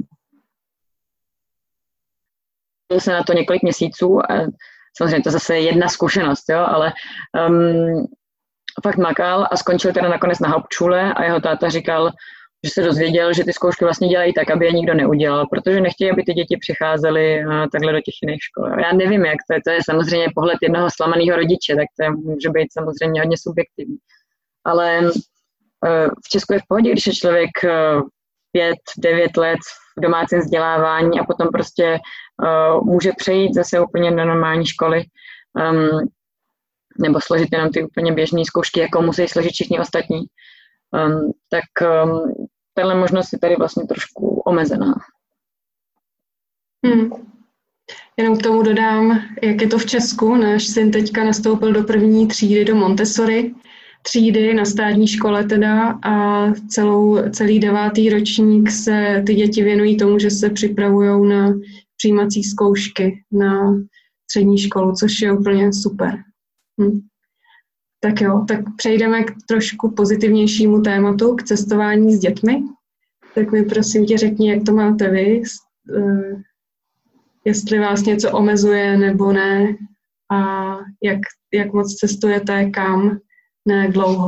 Byl se na to několik měsíců a samozřejmě to zase je jedna zkušenost, jo, ale um, fakt makal a skončil teda nakonec na Hauptschule a jeho táta říkal, že se dozvěděl, že ty zkoušky vlastně dělají tak, aby je nikdo neudělal, protože nechtějí, aby ty děti přicházely uh, takhle do těch jiných škol. Já nevím, jak to je, to je samozřejmě pohled jednoho zklamaného rodiče, tak to může být samozřejmě hodně subjektivní. Ale uh, v Česku je v pohodě, když je člověk uh, pět, devět let v domácím vzdělávání a potom prostě uh, může přejít zase úplně do normální školy. Um, nebo složit jenom ty úplně běžné zkoušky, jako musí složit všichni ostatní, um, tak um, tahle možnost je tady vlastně trošku omezená. Hmm. Jenom k tomu dodám, jak je to v Česku. Náš syn teďka nastoupil do první třídy do Montessori třídy na státní škole teda a celou, celý devátý ročník se ty děti věnují tomu, že se připravují na přijímací zkoušky na střední školu, což je úplně super. Hm. Tak jo, tak přejdeme k trošku pozitivnějšímu tématu, k cestování s dětmi. Tak mi prosím tě řekni, jak to máte vy, jestli vás něco omezuje nebo ne a jak, jak moc cestujete, kam, ne jak dlouho.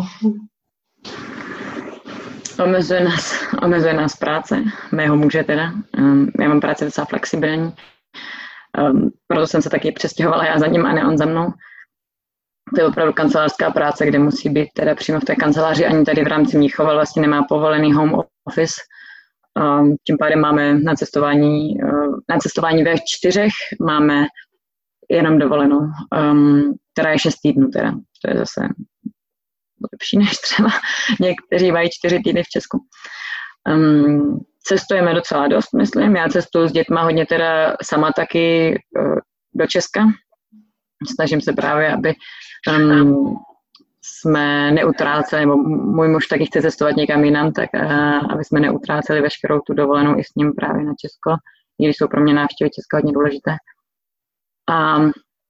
Omezuje nás, omezuje nás práce, mého muže teda. Um, já mám práci docela flexibilní, um, proto jsem se taky přestěhovala já za ním a ne on za mnou. To je opravdu kancelářská práce, kde musí být teda přímo v té kanceláři, ani tady v rámci Mnichova vlastně nemá povolený home office. Um, tím pádem máme na cestování, uh, na cestování ve čtyřech máme jenom dovolenou, um, která je šest týdnů teda, to je zase lepší než třeba někteří mají čtyři týdny v Česku. Um, cestujeme docela dost, myslím, já cestuju s dětma hodně teda sama taky uh, do Česka. Snažím se právě, aby um, jsme neutráceli, nebo můj muž taky chce cestovat někam jinam, tak uh, aby jsme neutráceli veškerou tu dovolenou i s ním právě na Česko, i když jsou pro mě návštěvy Česka hodně důležité. A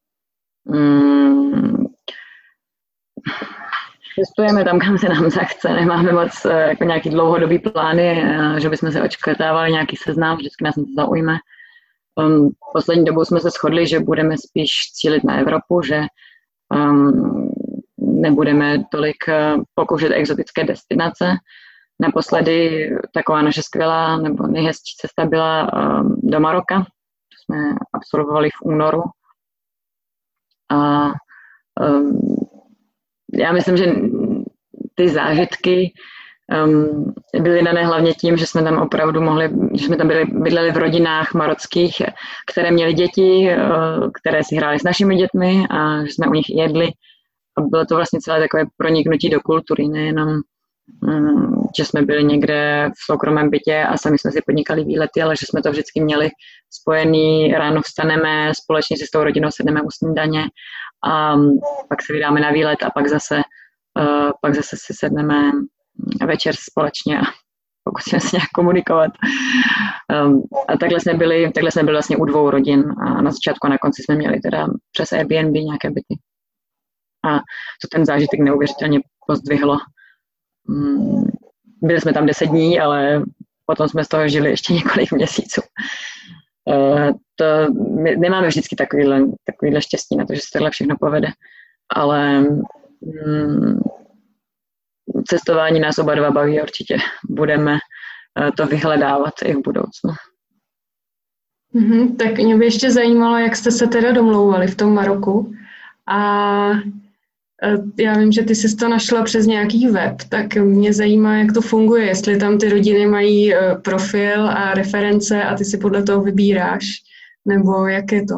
um, cestujeme tam, kam se nám zachce, nemáme moc uh, jako nějaký dlouhodobý plány, uh, že bychom se očkrtávali nějaký seznam, vždycky nás něco zaujme. Um, poslední dobou jsme se shodli, že budeme spíš cílit na Evropu, že um, nebudeme tolik uh, pokoušet exotické destinace. Naposledy taková naše skvělá nebo nejhezčí cesta byla um, do Maroka. To jsme absolvovali v únoru. A um, já myslím, že ty zážitky Um, byly dané hlavně tím, že jsme tam opravdu mohli, že jsme tam byli, bydleli v rodinách marockých, které měly děti, uh, které si hrály s našimi dětmi a že jsme u nich jedli. A bylo to vlastně celé takové proniknutí do kultury, nejenom, um, že jsme byli někde v soukromém bytě a sami jsme si podnikali výlety, ale že jsme to vždycky měli spojený, ráno vstaneme, společně si s tou rodinou sedneme u snídaně a um, pak se vydáme na výlet a pak zase, uh, pak zase si sedneme večer společně a pokusíme se nějak komunikovat. Um, a takhle jsme, byli, takhle jsme byli vlastně u dvou rodin a na začátku a na konci jsme měli teda přes Airbnb nějaké byty. A to ten zážitek neuvěřitelně pozdvihlo. Um, byli jsme tam deset dní, ale potom jsme z toho žili ještě několik měsíců. Uh, to, my nemáme vždycky takovýhle, takovýhle štěstí na to, že se tohle všechno povede, ale um, cestování nás oba dva baví, určitě budeme to vyhledávat i v budoucnu. Mm-hmm, tak mě by ještě zajímalo, jak jste se teda domlouvali v tom Maroku. A já vím, že ty jsi to našla přes nějaký web, tak mě zajímá, jak to funguje, jestli tam ty rodiny mají profil a reference a ty si podle toho vybíráš, nebo jak je to?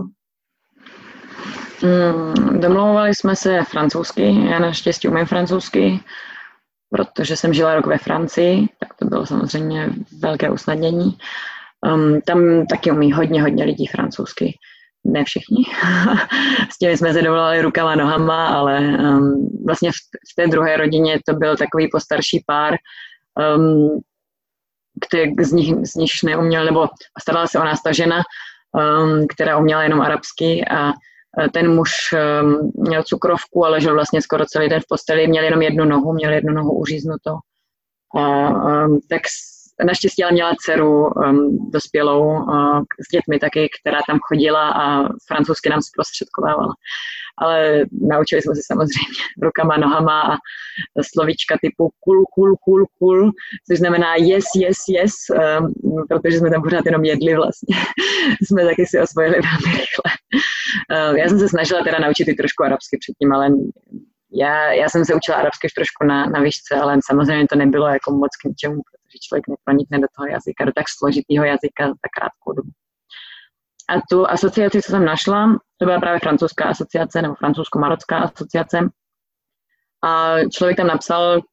Mm, domlouvali jsme se francouzsky, já naštěstí umím francouzsky, protože jsem žila rok ve Francii, tak to bylo samozřejmě velké usnadnění. Um, tam taky umí hodně, hodně lidí francouzsky. Ne všichni. S těmi jsme se dovolali rukama, nohama, ale um, vlastně v, v té druhé rodině to byl takový postarší pár, um, který z nich, z nich neuměl, nebo starala se o nás ta žena, um, která uměla jenom arabsky a ten muž um, měl cukrovku a ležel vlastně skoro celý den v posteli, měl jenom jednu nohu, měl jednu nohu uříznutou. A, um, tak naštěstí ale měla dceru um, dospělou uh, s dětmi taky, která tam chodila a francouzsky nám zprostředkovávala. Ale naučili jsme se samozřejmě rukama, nohama a slovíčka typu kul, kul, kul, kul, což znamená yes, yes, yes, um, protože jsme tam pořád jenom jedli vlastně. Jsme taky si osvojili velmi rychle. Uh, já jsem se snažila teda naučit i trošku arabsky předtím, ale já, já jsem se učila arabsky už trošku na, na výšce, ale samozřejmě to nebylo jako moc k ničemu, protože člověk nepronikne do toho jazyka, do tak složitého jazyka za krátkou dobu. A tu asociaci, co jsem našla, to byla právě francouzská asociace nebo francouzsko-marocká asociace. A člověk tam napsal,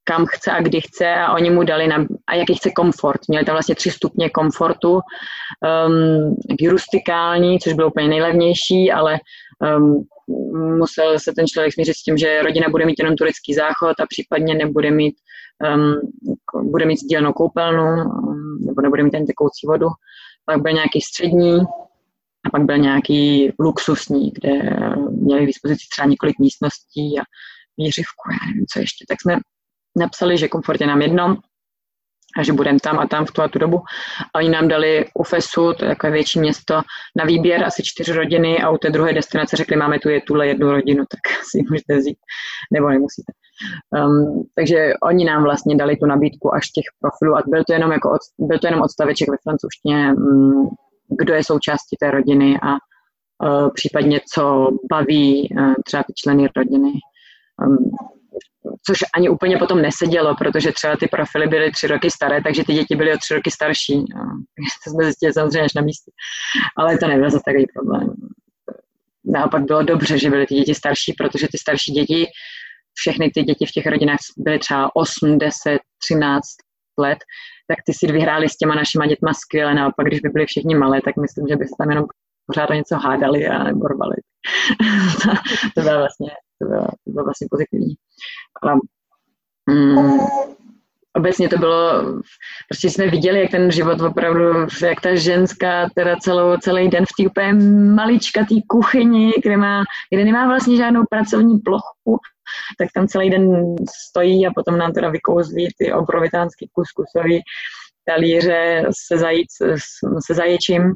kam chce a kdy chce a oni mu dali na, a jaký chce komfort. Měli tam vlastně tři stupně komfortu, um, rustikální, což bylo úplně nejlevnější, ale um, musel se ten člověk smířit s tím, že rodina bude mít jenom turistický záchod a případně nebude mít, um, bude mít sdílenou koupelnu, um, nebo nebude mít ani tekoucí vodu. Pak byl nějaký střední a pak byl nějaký luxusní, kde měli k dispozici třeba několik místností a výřivku, já nevím, co ještě. Tak jsme napsali, že komfort je nám jedno a že budeme tam a tam v tu a tu dobu. A oni nám dali u Fesu, to je takové větší město, na výběr asi čtyři rodiny a u té druhé destinace řekli, máme tu je tuhle jednu rodinu, tak si ji můžete vzít, nebo nemusíte. Um, takže oni nám vlastně dali tu nabídku až těch profilů a byl to jenom, jako od, byl to jenom odstaveček ve francouzštině, um, kdo je součástí té rodiny a uh, případně co baví uh, třeba ty členy rodiny. Um, což ani úplně potom nesedělo, protože třeba ty profily byly tři roky staré, takže ty děti byly o tři roky starší. Takže to jsme zjistili samozřejmě až na místě. Ale to nebyl zase takový problém. Naopak bylo dobře, že byly ty děti starší, protože ty starší děti, všechny ty děti v těch rodinách byly třeba osm, deset, třináct let, tak ty si vyhráli s těma našima dětma skvěle. Naopak, když by byly všichni malé, tak myslím, že by se tam jenom pořád o něco hádali a borbali. to, to bylo vlastně To bylo, to bylo vlastně pozitivní. A, mm, obecně to bylo, prostě jsme viděli, jak ten život opravdu, jak ta ženská teda celou, celý den v té úplně maličkatý kuchyni, kde, má, kde nemá vlastně žádnou pracovní plochu, tak tam celý den stojí a potom nám teda vykouzlí ty obrovitánský kuskusový talíře se, zajíc, se zaječím.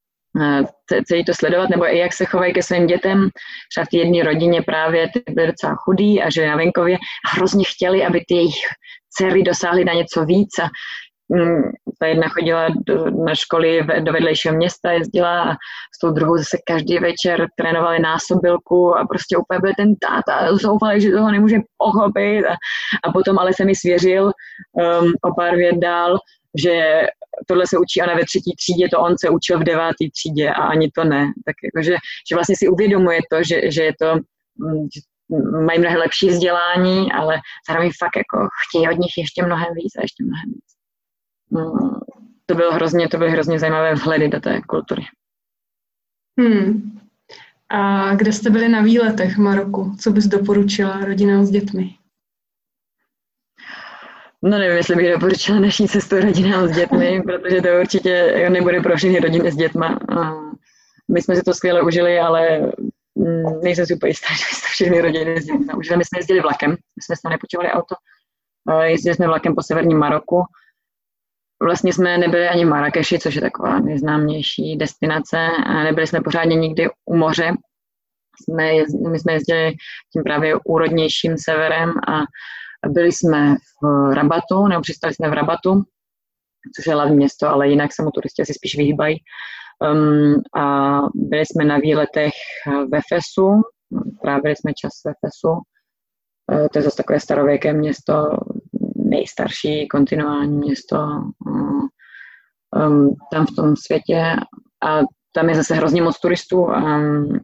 Celý to sledovat, nebo i jak se chovají ke svým dětem. Třeba v té jedné rodině právě ty byly docela chudý a žili na venkově a hrozně chtěli, aby ty jejich dcery dosáhly na něco víc a mm, ta jedna chodila do, na školy do vedlejšího města, jezdila a s tou druhou zase každý večer trénovali násobilku a prostě úplně byl ten táta zoufalý, že toho nemůže pochopit a, a potom ale se mi svěřil um, o pár vět dál, že tohle se učí ona ve třetí třídě, to on se učil v deváté třídě a ani to ne. Tak jakože, že vlastně si uvědomuje to, že, že je to, že mají mnohem lepší vzdělání, ale zároveň fakt jako chtějí od nich ještě mnohem víc a ještě mnohem víc. No, to bylo hrozně, to byly hrozně zajímavé vhledy do té kultury. Hmm. A kde jste byli na výletech v Maroku? Co bys doporučila rodinám s dětmi? No nevím, jestli bych doporučila naší cestu rodinám s dětmi, protože to určitě nebude pro všechny rodiny s dětma. My jsme si to skvěle užili, ale nejsem si úplně jistá, že jsme všechny rodiny s dětmi užili. My jsme jezdili vlakem, my jsme se nepůjčovali auto, jezdili jsme vlakem po severním Maroku. Vlastně jsme nebyli ani v Marrakeši, což je taková nejznámější destinace, a nebyli jsme pořádně nikdy u moře. Jsme jezdili, my jsme jezdili tím právě úrodnějším severem a byli jsme v Rabatu, nebo přistali jsme v Rabatu, což je hlavní město, ale jinak se mu turisti asi spíš vyhýbají. Um, a byli jsme na výletech ve Fesu, trávili jsme čas ve Fesu. Uh, to je zase takové starověké město, nejstarší kontinuální město uh, um, tam v tom světě. A tam je zase hrozně moc turistů. Um,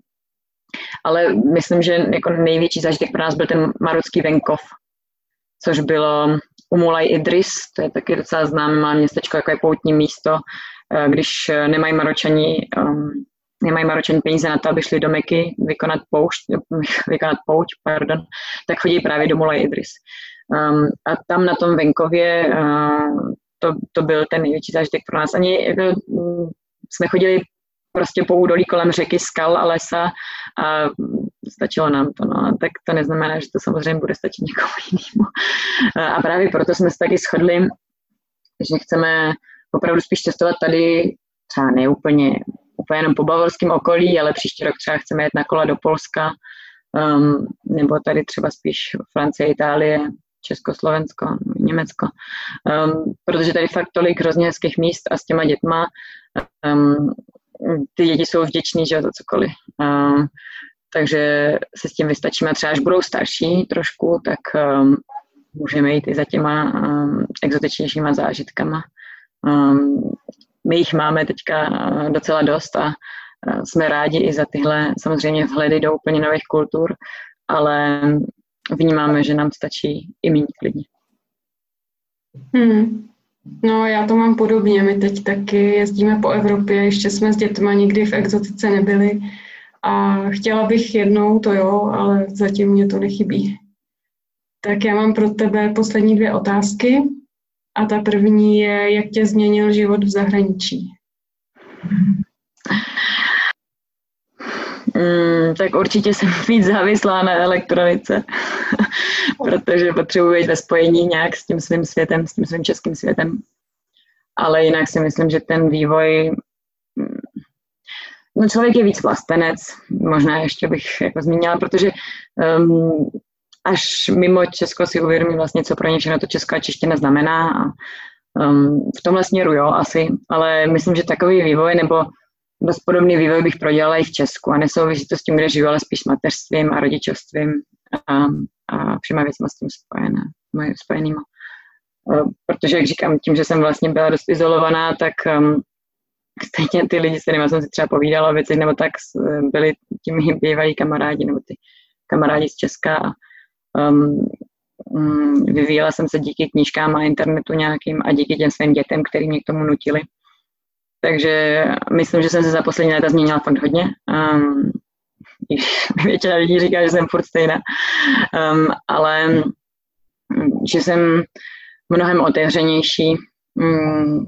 ale myslím, že jako největší zážitek pro nás byl ten marocký venkov, což bylo Umulaj Idris, to je taky docela známé městečko, jako je poutní místo, když nemají Maročani, um, nemají Maročani peníze na to, aby šli do Meky vykonat poušť, vykonat pouť, pardon, tak chodí právě do Umulaj Idris. Um, a tam na tom venkově uh, to, to byl ten největší zážitek pro nás. Ani jako, um, jsme chodili prostě po údolí kolem řeky, skal a lesa a stačilo nám to, no. Tak to neznamená, že to samozřejmě bude stačit někomu jinému. A právě proto jsme se taky shodli, že chceme opravdu spíš cestovat tady, třeba ne úplně, úplně jenom po bavorském okolí, ale příští rok třeba chceme jet na kola do Polska, um, nebo tady třeba spíš Francie, Itálie, Československo, Německo. Um, protože tady fakt tolik hrozně hezkých míst a s těma dětma um, ty děti jsou vděční, že za cokoliv. Um, takže se s tím vystačíme. Třeba až budou starší trošku, tak um, můžeme jít i za těma um, exotičnějšíma zážitkama. Um, my jich máme teďka docela dost a uh, jsme rádi i za tyhle samozřejmě vhledy do úplně nových kultur, ale vnímáme, že nám stačí i méně lidí. Hmm. No, já to mám podobně. My teď taky jezdíme po Evropě, ještě jsme s dětma nikdy v exotice nebyli a chtěla bych jednou, to jo, ale zatím mě to nechybí. Tak já mám pro tebe poslední dvě otázky a ta první je, jak tě změnil život v zahraničí? Mm, tak určitě jsem víc závislá na elektronice, protože potřebuji být ve spojení nějak s tím svým světem, s tím svým českým světem. Ale jinak si myslím, že ten vývoj... No, člověk je víc vlastenec, možná ještě bych jako zmínila, protože um, až mimo Česko si uvědomí vlastně, co pro ně všechno to Česko a čeština znamená. A, um, v tomhle směru jo, asi, ale myslím, že takový vývoj nebo dost podobný vývoj bych prodělala i v Česku a nesouvisí to s tím, kde žiju, ale spíš s mateřstvím a rodičovstvím a, a všema věcma s tím spojené, spojenýma. Protože, jak říkám, tím, že jsem vlastně byla dost izolovaná, tak um, stejně ty lidi, s kterými jsem si třeba povídala o věcech, nebo tak byli ti mý bývalí kamarádi, nebo ty kamarádi z Česka. Um, um, vyvíjela jsem se díky knížkám a internetu nějakým a díky těm svým dětem, který mě k tomu nutili. Takže myslím, že jsem se za poslední léta změnila fakt hodně. Um, většina lidí říká, že jsem furt stejná, um, ale že jsem mnohem otevřenější. Um,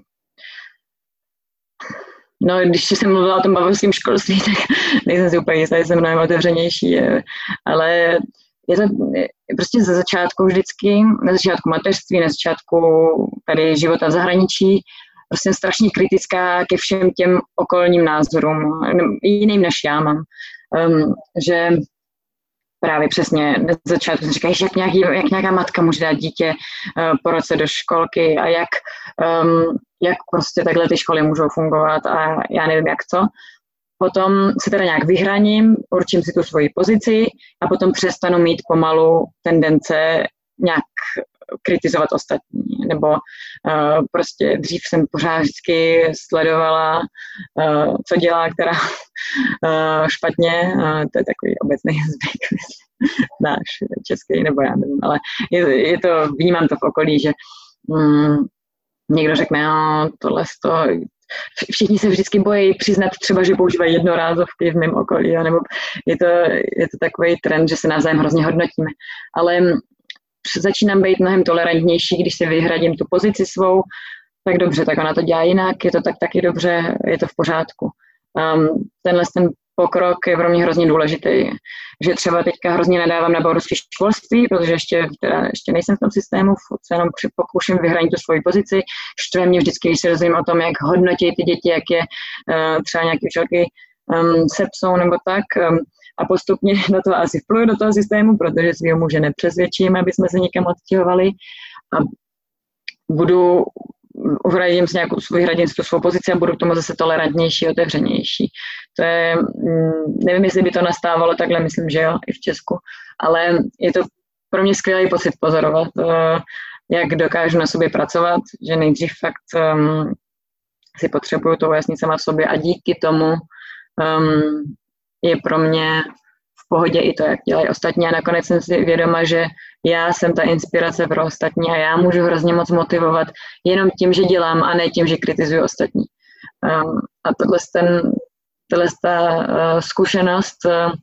no, když jsem mluvila o tom bavorském školství, tak nejsem si úplně jistá, že jsem mnohem otevřenější, ale je to prostě ze začátku vždycky, na začátku mateřství, na začátku tady života v zahraničí, prostě strašně kritická ke všem těm okolním názorům, jiným než já mám. Um, že právě přesně na začátku jsem říkala, jak, nějaký, jak nějaká matka může dát dítě uh, po roce do školky a jak, um, jak prostě takhle ty školy můžou fungovat a já nevím jak co. Potom se teda nějak vyhraním, určím si tu svoji pozici a potom přestanu mít pomalu tendence nějak kritizovat ostatní. Nebo uh, prostě dřív jsem pořád vždycky sledovala, uh, co dělá která uh, špatně. Uh, to je takový obecný zvyk, náš český, nebo já nevím, ale je, je to, vnímám to v okolí, že um, někdo řekne, no, tohle to, všichni se vždycky bojí přiznat třeba, že používají jednorázovky v mém okolí, nebo je to, je to takový trend, že se navzájem hrozně hodnotíme. Ale začínám být mnohem tolerantnější, když si vyhradím tu pozici svou, tak dobře, tak ona to dělá jinak, je to tak taky dobře, je to v pořádku. Um, tenhle ten pokrok je pro mě hrozně důležitý, že třeba teďka hrozně nadávám na bavorské školství, protože ještě, teda, ještě nejsem v tom systému, se jenom pokouším vyhranit tu svoji pozici, štve mě vždycky, když se dozvím o tom, jak hodnotí ty děti, jak je uh, třeba nějaký učitelky um, sepsou nebo tak, um, a postupně do toho asi vpluju do toho systému, protože svýho muže nepřesvědčím, aby jsme se někam odstěhovali a budu uhradím si nějakou vyhradím si tu svou pozici a budu k tomu zase tolerantnější, otevřenější. To je, nevím, jestli by to nastávalo takhle, myslím, že jo, i v Česku, ale je to pro mě skvělý pocit pozorovat, jak dokážu na sobě pracovat, že nejdřív fakt um, si potřebuju to ujasnit sama v sobě a díky tomu um, je pro mě v pohodě i to, jak dělají ostatní a nakonec jsem si vědoma, že já jsem ta inspirace pro ostatní a já můžu hrozně moc motivovat jenom tím, že dělám a ne tím, že kritizuji ostatní. Um, a tohle ten, tohle ta uh, zkušenost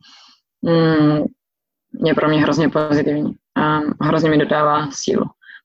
um, je pro mě hrozně pozitivní a hrozně mi dodává sílu.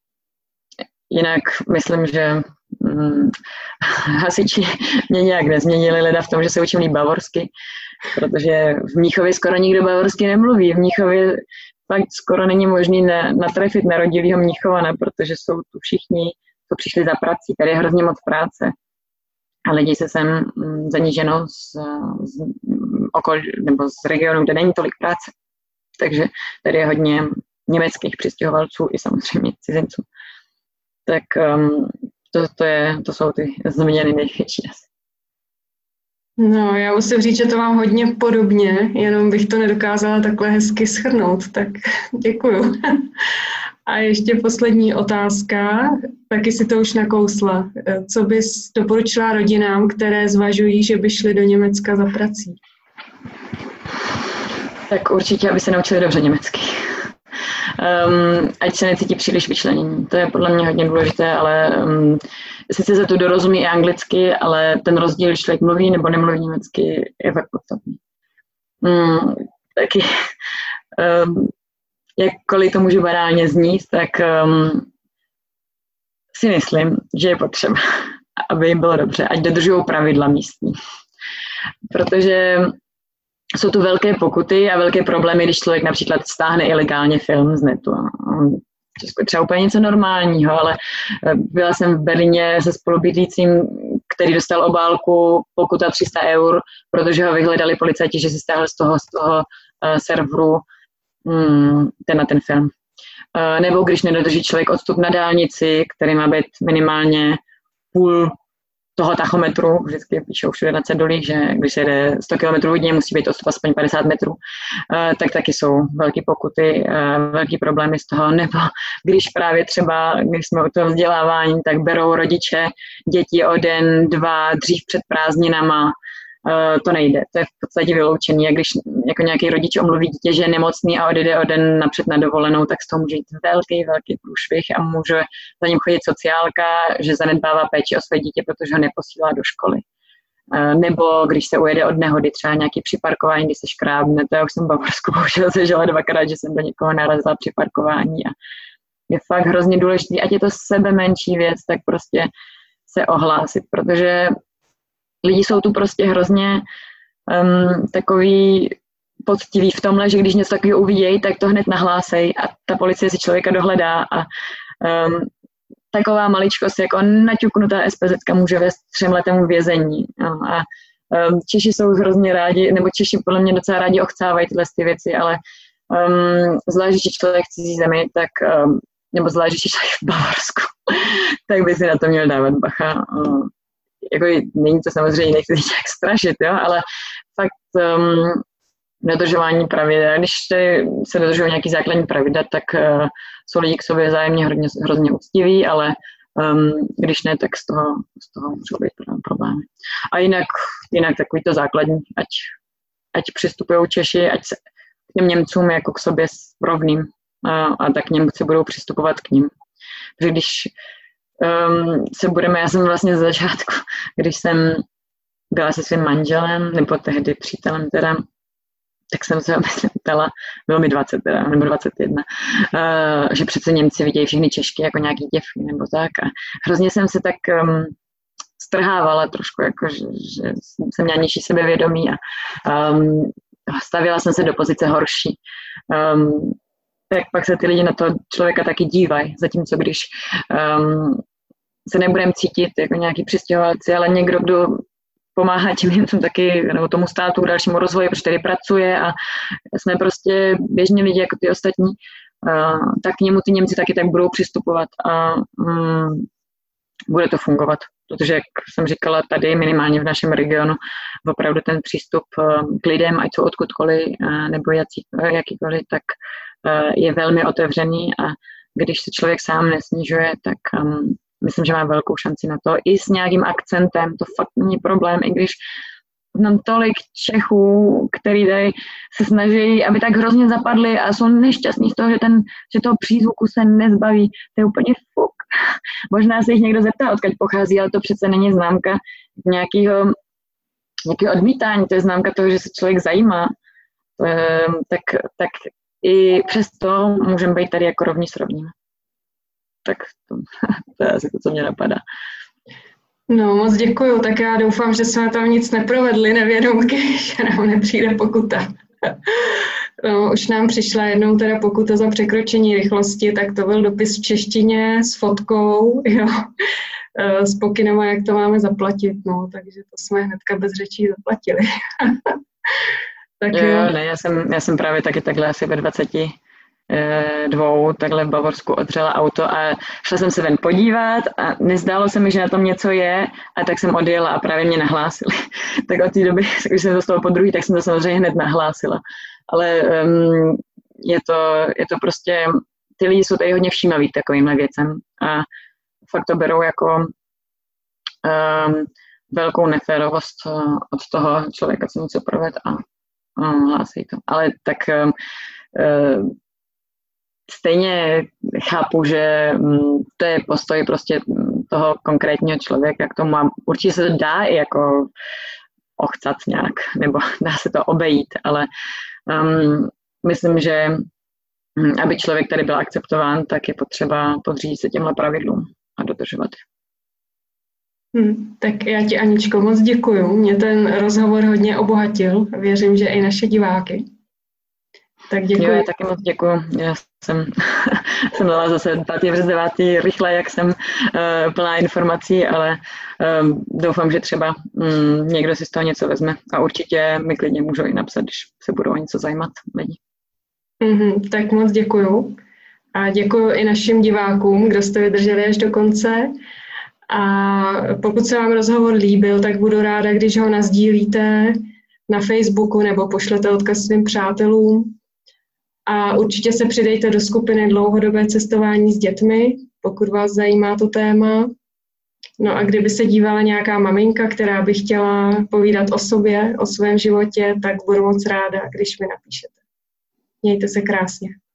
Jinak myslím, že um, hasiči mě nějak nezměnili leda v tom, že se učím líp bavorsky, protože v Mnichově skoro nikdo bavorsky nemluví. V Mnichově fakt skoro není možný na, natrefit narodilýho Mnichovana, protože jsou tu všichni, co přišli za prací. Tady je hrozně moc práce. A lidi se sem zaníženo z, z okol, nebo z regionu, kde není tolik práce. Takže tady je hodně německých přistěhovalců i samozřejmě cizinců. Tak um, to, to, je, to jsou ty změny největší asi. No, já musím říct, že to mám hodně podobně, jenom bych to nedokázala takhle hezky shrnout, tak děkuju. A ještě poslední otázka, taky si to už nakousla. Co bys doporučila rodinám, které zvažují, že by šly do Německa za prací? Tak určitě, aby se naučili dobře německy. um, ať se necítí příliš vyčlenění. To je podle mě hodně důležité, ale um, sice se to dorozumí i anglicky, ale ten rozdíl, když člověk mluví nebo nemluví německy, je fakt podstatný. Um, taky, um, jakkoliv to může banálně znít, tak um, si myslím, že je potřeba, aby jim bylo dobře, ať dodržují pravidla místní. Protože jsou tu velké pokuty a velké problémy, když člověk například stáhne ilegálně film z netu. Česko třeba úplně něco normálního, ale byla jsem v Berlíně se spolubydlícím, který dostal obálku pokuta tři sta eur, protože ho vyhledali policajti, že si stáhl z toho, z toho uh, serveru um, ten na ten film. Uh, nebo když nedodrží člověk odstup na dálnici, který má být minimálně půl toho tachometru, vždycky píšou všude na cedulích, že když se jede sto kilometrů hodně, musí být odstup aspoň padesát metrů, uh, tak taky jsou velké pokuty, uh, velký problémy z toho, nebo když právě třeba, když jsme u toho vzdělávání, tak berou rodiče děti o den, dva, dřív před prázdninama, uh, to nejde, to je v podstatě vyloučený, a když jako nějaký rodič omluví dítě, že je nemocný a odjede o den napřed na dovolenou, tak z toho může jít velký, velký průšvih a může za ním chodit sociálka, že zanedbává péči o své dítě, protože ho neposílá do školy. Nebo když se ujede od nehody, třeba nějaký připarkování, kdy se škrábne, to já už jsem v Bavorsku bohužel zažila dvakrát, že jsem do někoho narazila při parkování a je fakt hrozně důležitý, ať je to sebe menší věc, tak prostě se ohlásit, protože lidi jsou tu prostě hrozně um, takový poctiví v tomhle, že když něco takového uvidějí, tak to hned nahlásej a ta policie si člověka dohledá a um, taková maličkost jako naťuknutá es pé zetka může vést třem letému vězení. No, a um, Češi jsou hrozně rádi, nebo Češi podle mě docela rádi ochcávají tyhle ty věci, ale um, zvlášť, že člověk v cizí zemi, tak, um, nebo zvlášť, že člověk v Bavorsku, tak by si na to měl dávat bacha. Um, jako není to samozřejmě, nechci říct jak strašit, jo, ale fakt um, dodržování pravidel. Když se dodržují nějaký základní pravidla, tak uh, jsou lidi k sobě vzájemně hrozně, hrozně úctiví, ale um, když ne, tak z toho, z toho můžou být problémy. A jinak, jinak takový to základní, ať, ať přistupují Češi, ať se k těm Němcům jako k sobě rovným uh, a tak Němci budou přistupovat k ním. Takže když um, se budeme, já jsem vlastně z začátku, když jsem byla se svým manželem, nebo tehdy přítelem teda, tak jsem se myslím ptala, bylo mi dvacet teda, nebo dvacet jedna, uh, že přece Němci vidějí všechny Češky jako nějaký děvky nebo tak. A hrozně jsem se tak um, strhávala trošku, jako, že, že jsem měla nižší sebevědomí a um, stavila jsem se do pozice horší. Um, tak pak se ty lidi na to člověka taky dívají, zatímco když um, se nebudeme cítit jako nějaký přistěhovalci, ale někdo, kdo pomáhá těm Němcům taky, nebo tomu státu k dalšímu rozvoji, protože tady pracuje a jsme prostě běžní lidi jako ty ostatní, uh, tak k němu ty Němci taky tak budou přistupovat a um, bude to fungovat. Protože, jak jsem říkala, tady minimálně v našem regionu opravdu ten přístup uh, k lidem, ať jsou odkudkoliv uh, nebo jaký, jakýkoliv, tak uh, je velmi otevřený a když se člověk sám nesnižuje, tak um, myslím, že má velkou šanci na to. I s nějakým akcentem, to fakt není problém, i když znám tolik Čechů, který tady se snaží, aby tak hrozně zapadli a jsou nešťastní z toho, že, ten, že toho přízvuku se nezbaví. To je úplně fuk. Možná se jich někdo zeptá, odkud pochází, ale to přece není známka nějakého, nějakého odmítání, to je známka toho, že se člověk zajímá. E, tak, tak i přesto můžeme být tady jako rovní s rovnými. Tak to, to je asi to, co mě napadá. No, moc děkuju, tak já doufám, že jsme tam nic neprovedli nevědomky, že nám nepřijde pokuta. No, už nám přišla jednou teda pokuta za překročení rychlosti, tak to byl dopis v češtině s fotkou, jo, s pokynama, jak to máme zaplatit, no, takže to jsme hnedka bez řečí zaplatili. Tak jo, jo, ne, já jsem, já jsem právě taky takhle asi ve dvaceti dvou takhle v Bavorsku odřela auto a šla jsem se ven podívat a nezdálo se mi, že na tom něco je a tak jsem odjela a právě mě nahlásili. Tak od té doby, když jsem to stala po druhý, tak jsem to samozřejmě hned nahlásila. Ale um, je, to, je to prostě, ty lidi jsou tady hodně všímaví k takovýmhle věcem a fakt to berou jako um, velkou neférovost od toho člověka, co něco proved a um, hlásí to. Ale tak um, stejně chápu, že to je postoj prostě toho konkrétního člověka k tomu a určitě se to dá i jako ochcat nějak, nebo dá se to obejít, ale um, myslím, že aby člověk tady byl akceptován, tak je potřeba podřídit se těmhle pravidlům a dodržovat. Hmm, tak já ti, Aničko, moc děkuju. Mě ten rozhovor hodně obohatil. Věřím, že i naše diváky. Tak děkuji. Jo, já taky moc děkuju. Já jsem, jsem dala zase pátý přes devátý rychle, jak jsem uh, plná informací, ale um, doufám, že třeba um, někdo si z toho něco vezme a určitě mi klidně můžou i napsat, když se budou o něco zajímat lidi. Mm-hmm, tak moc děkuju. A děkuju i našim divákům, kdo jste vydrželi až do konce. A pokud se vám rozhovor líbil, tak budu ráda, když ho nasdílíte na Facebooku nebo pošlete odkaz svým přátelům. A určitě se přidejte do skupiny Dlouhodobé cestování s dětmi, pokud vás zajímá to téma. No a kdyby se dívala nějaká maminka, která by chtěla povídat o sobě, o svém životě, tak budu moc ráda, když mi napíšete. Mějte se krásně.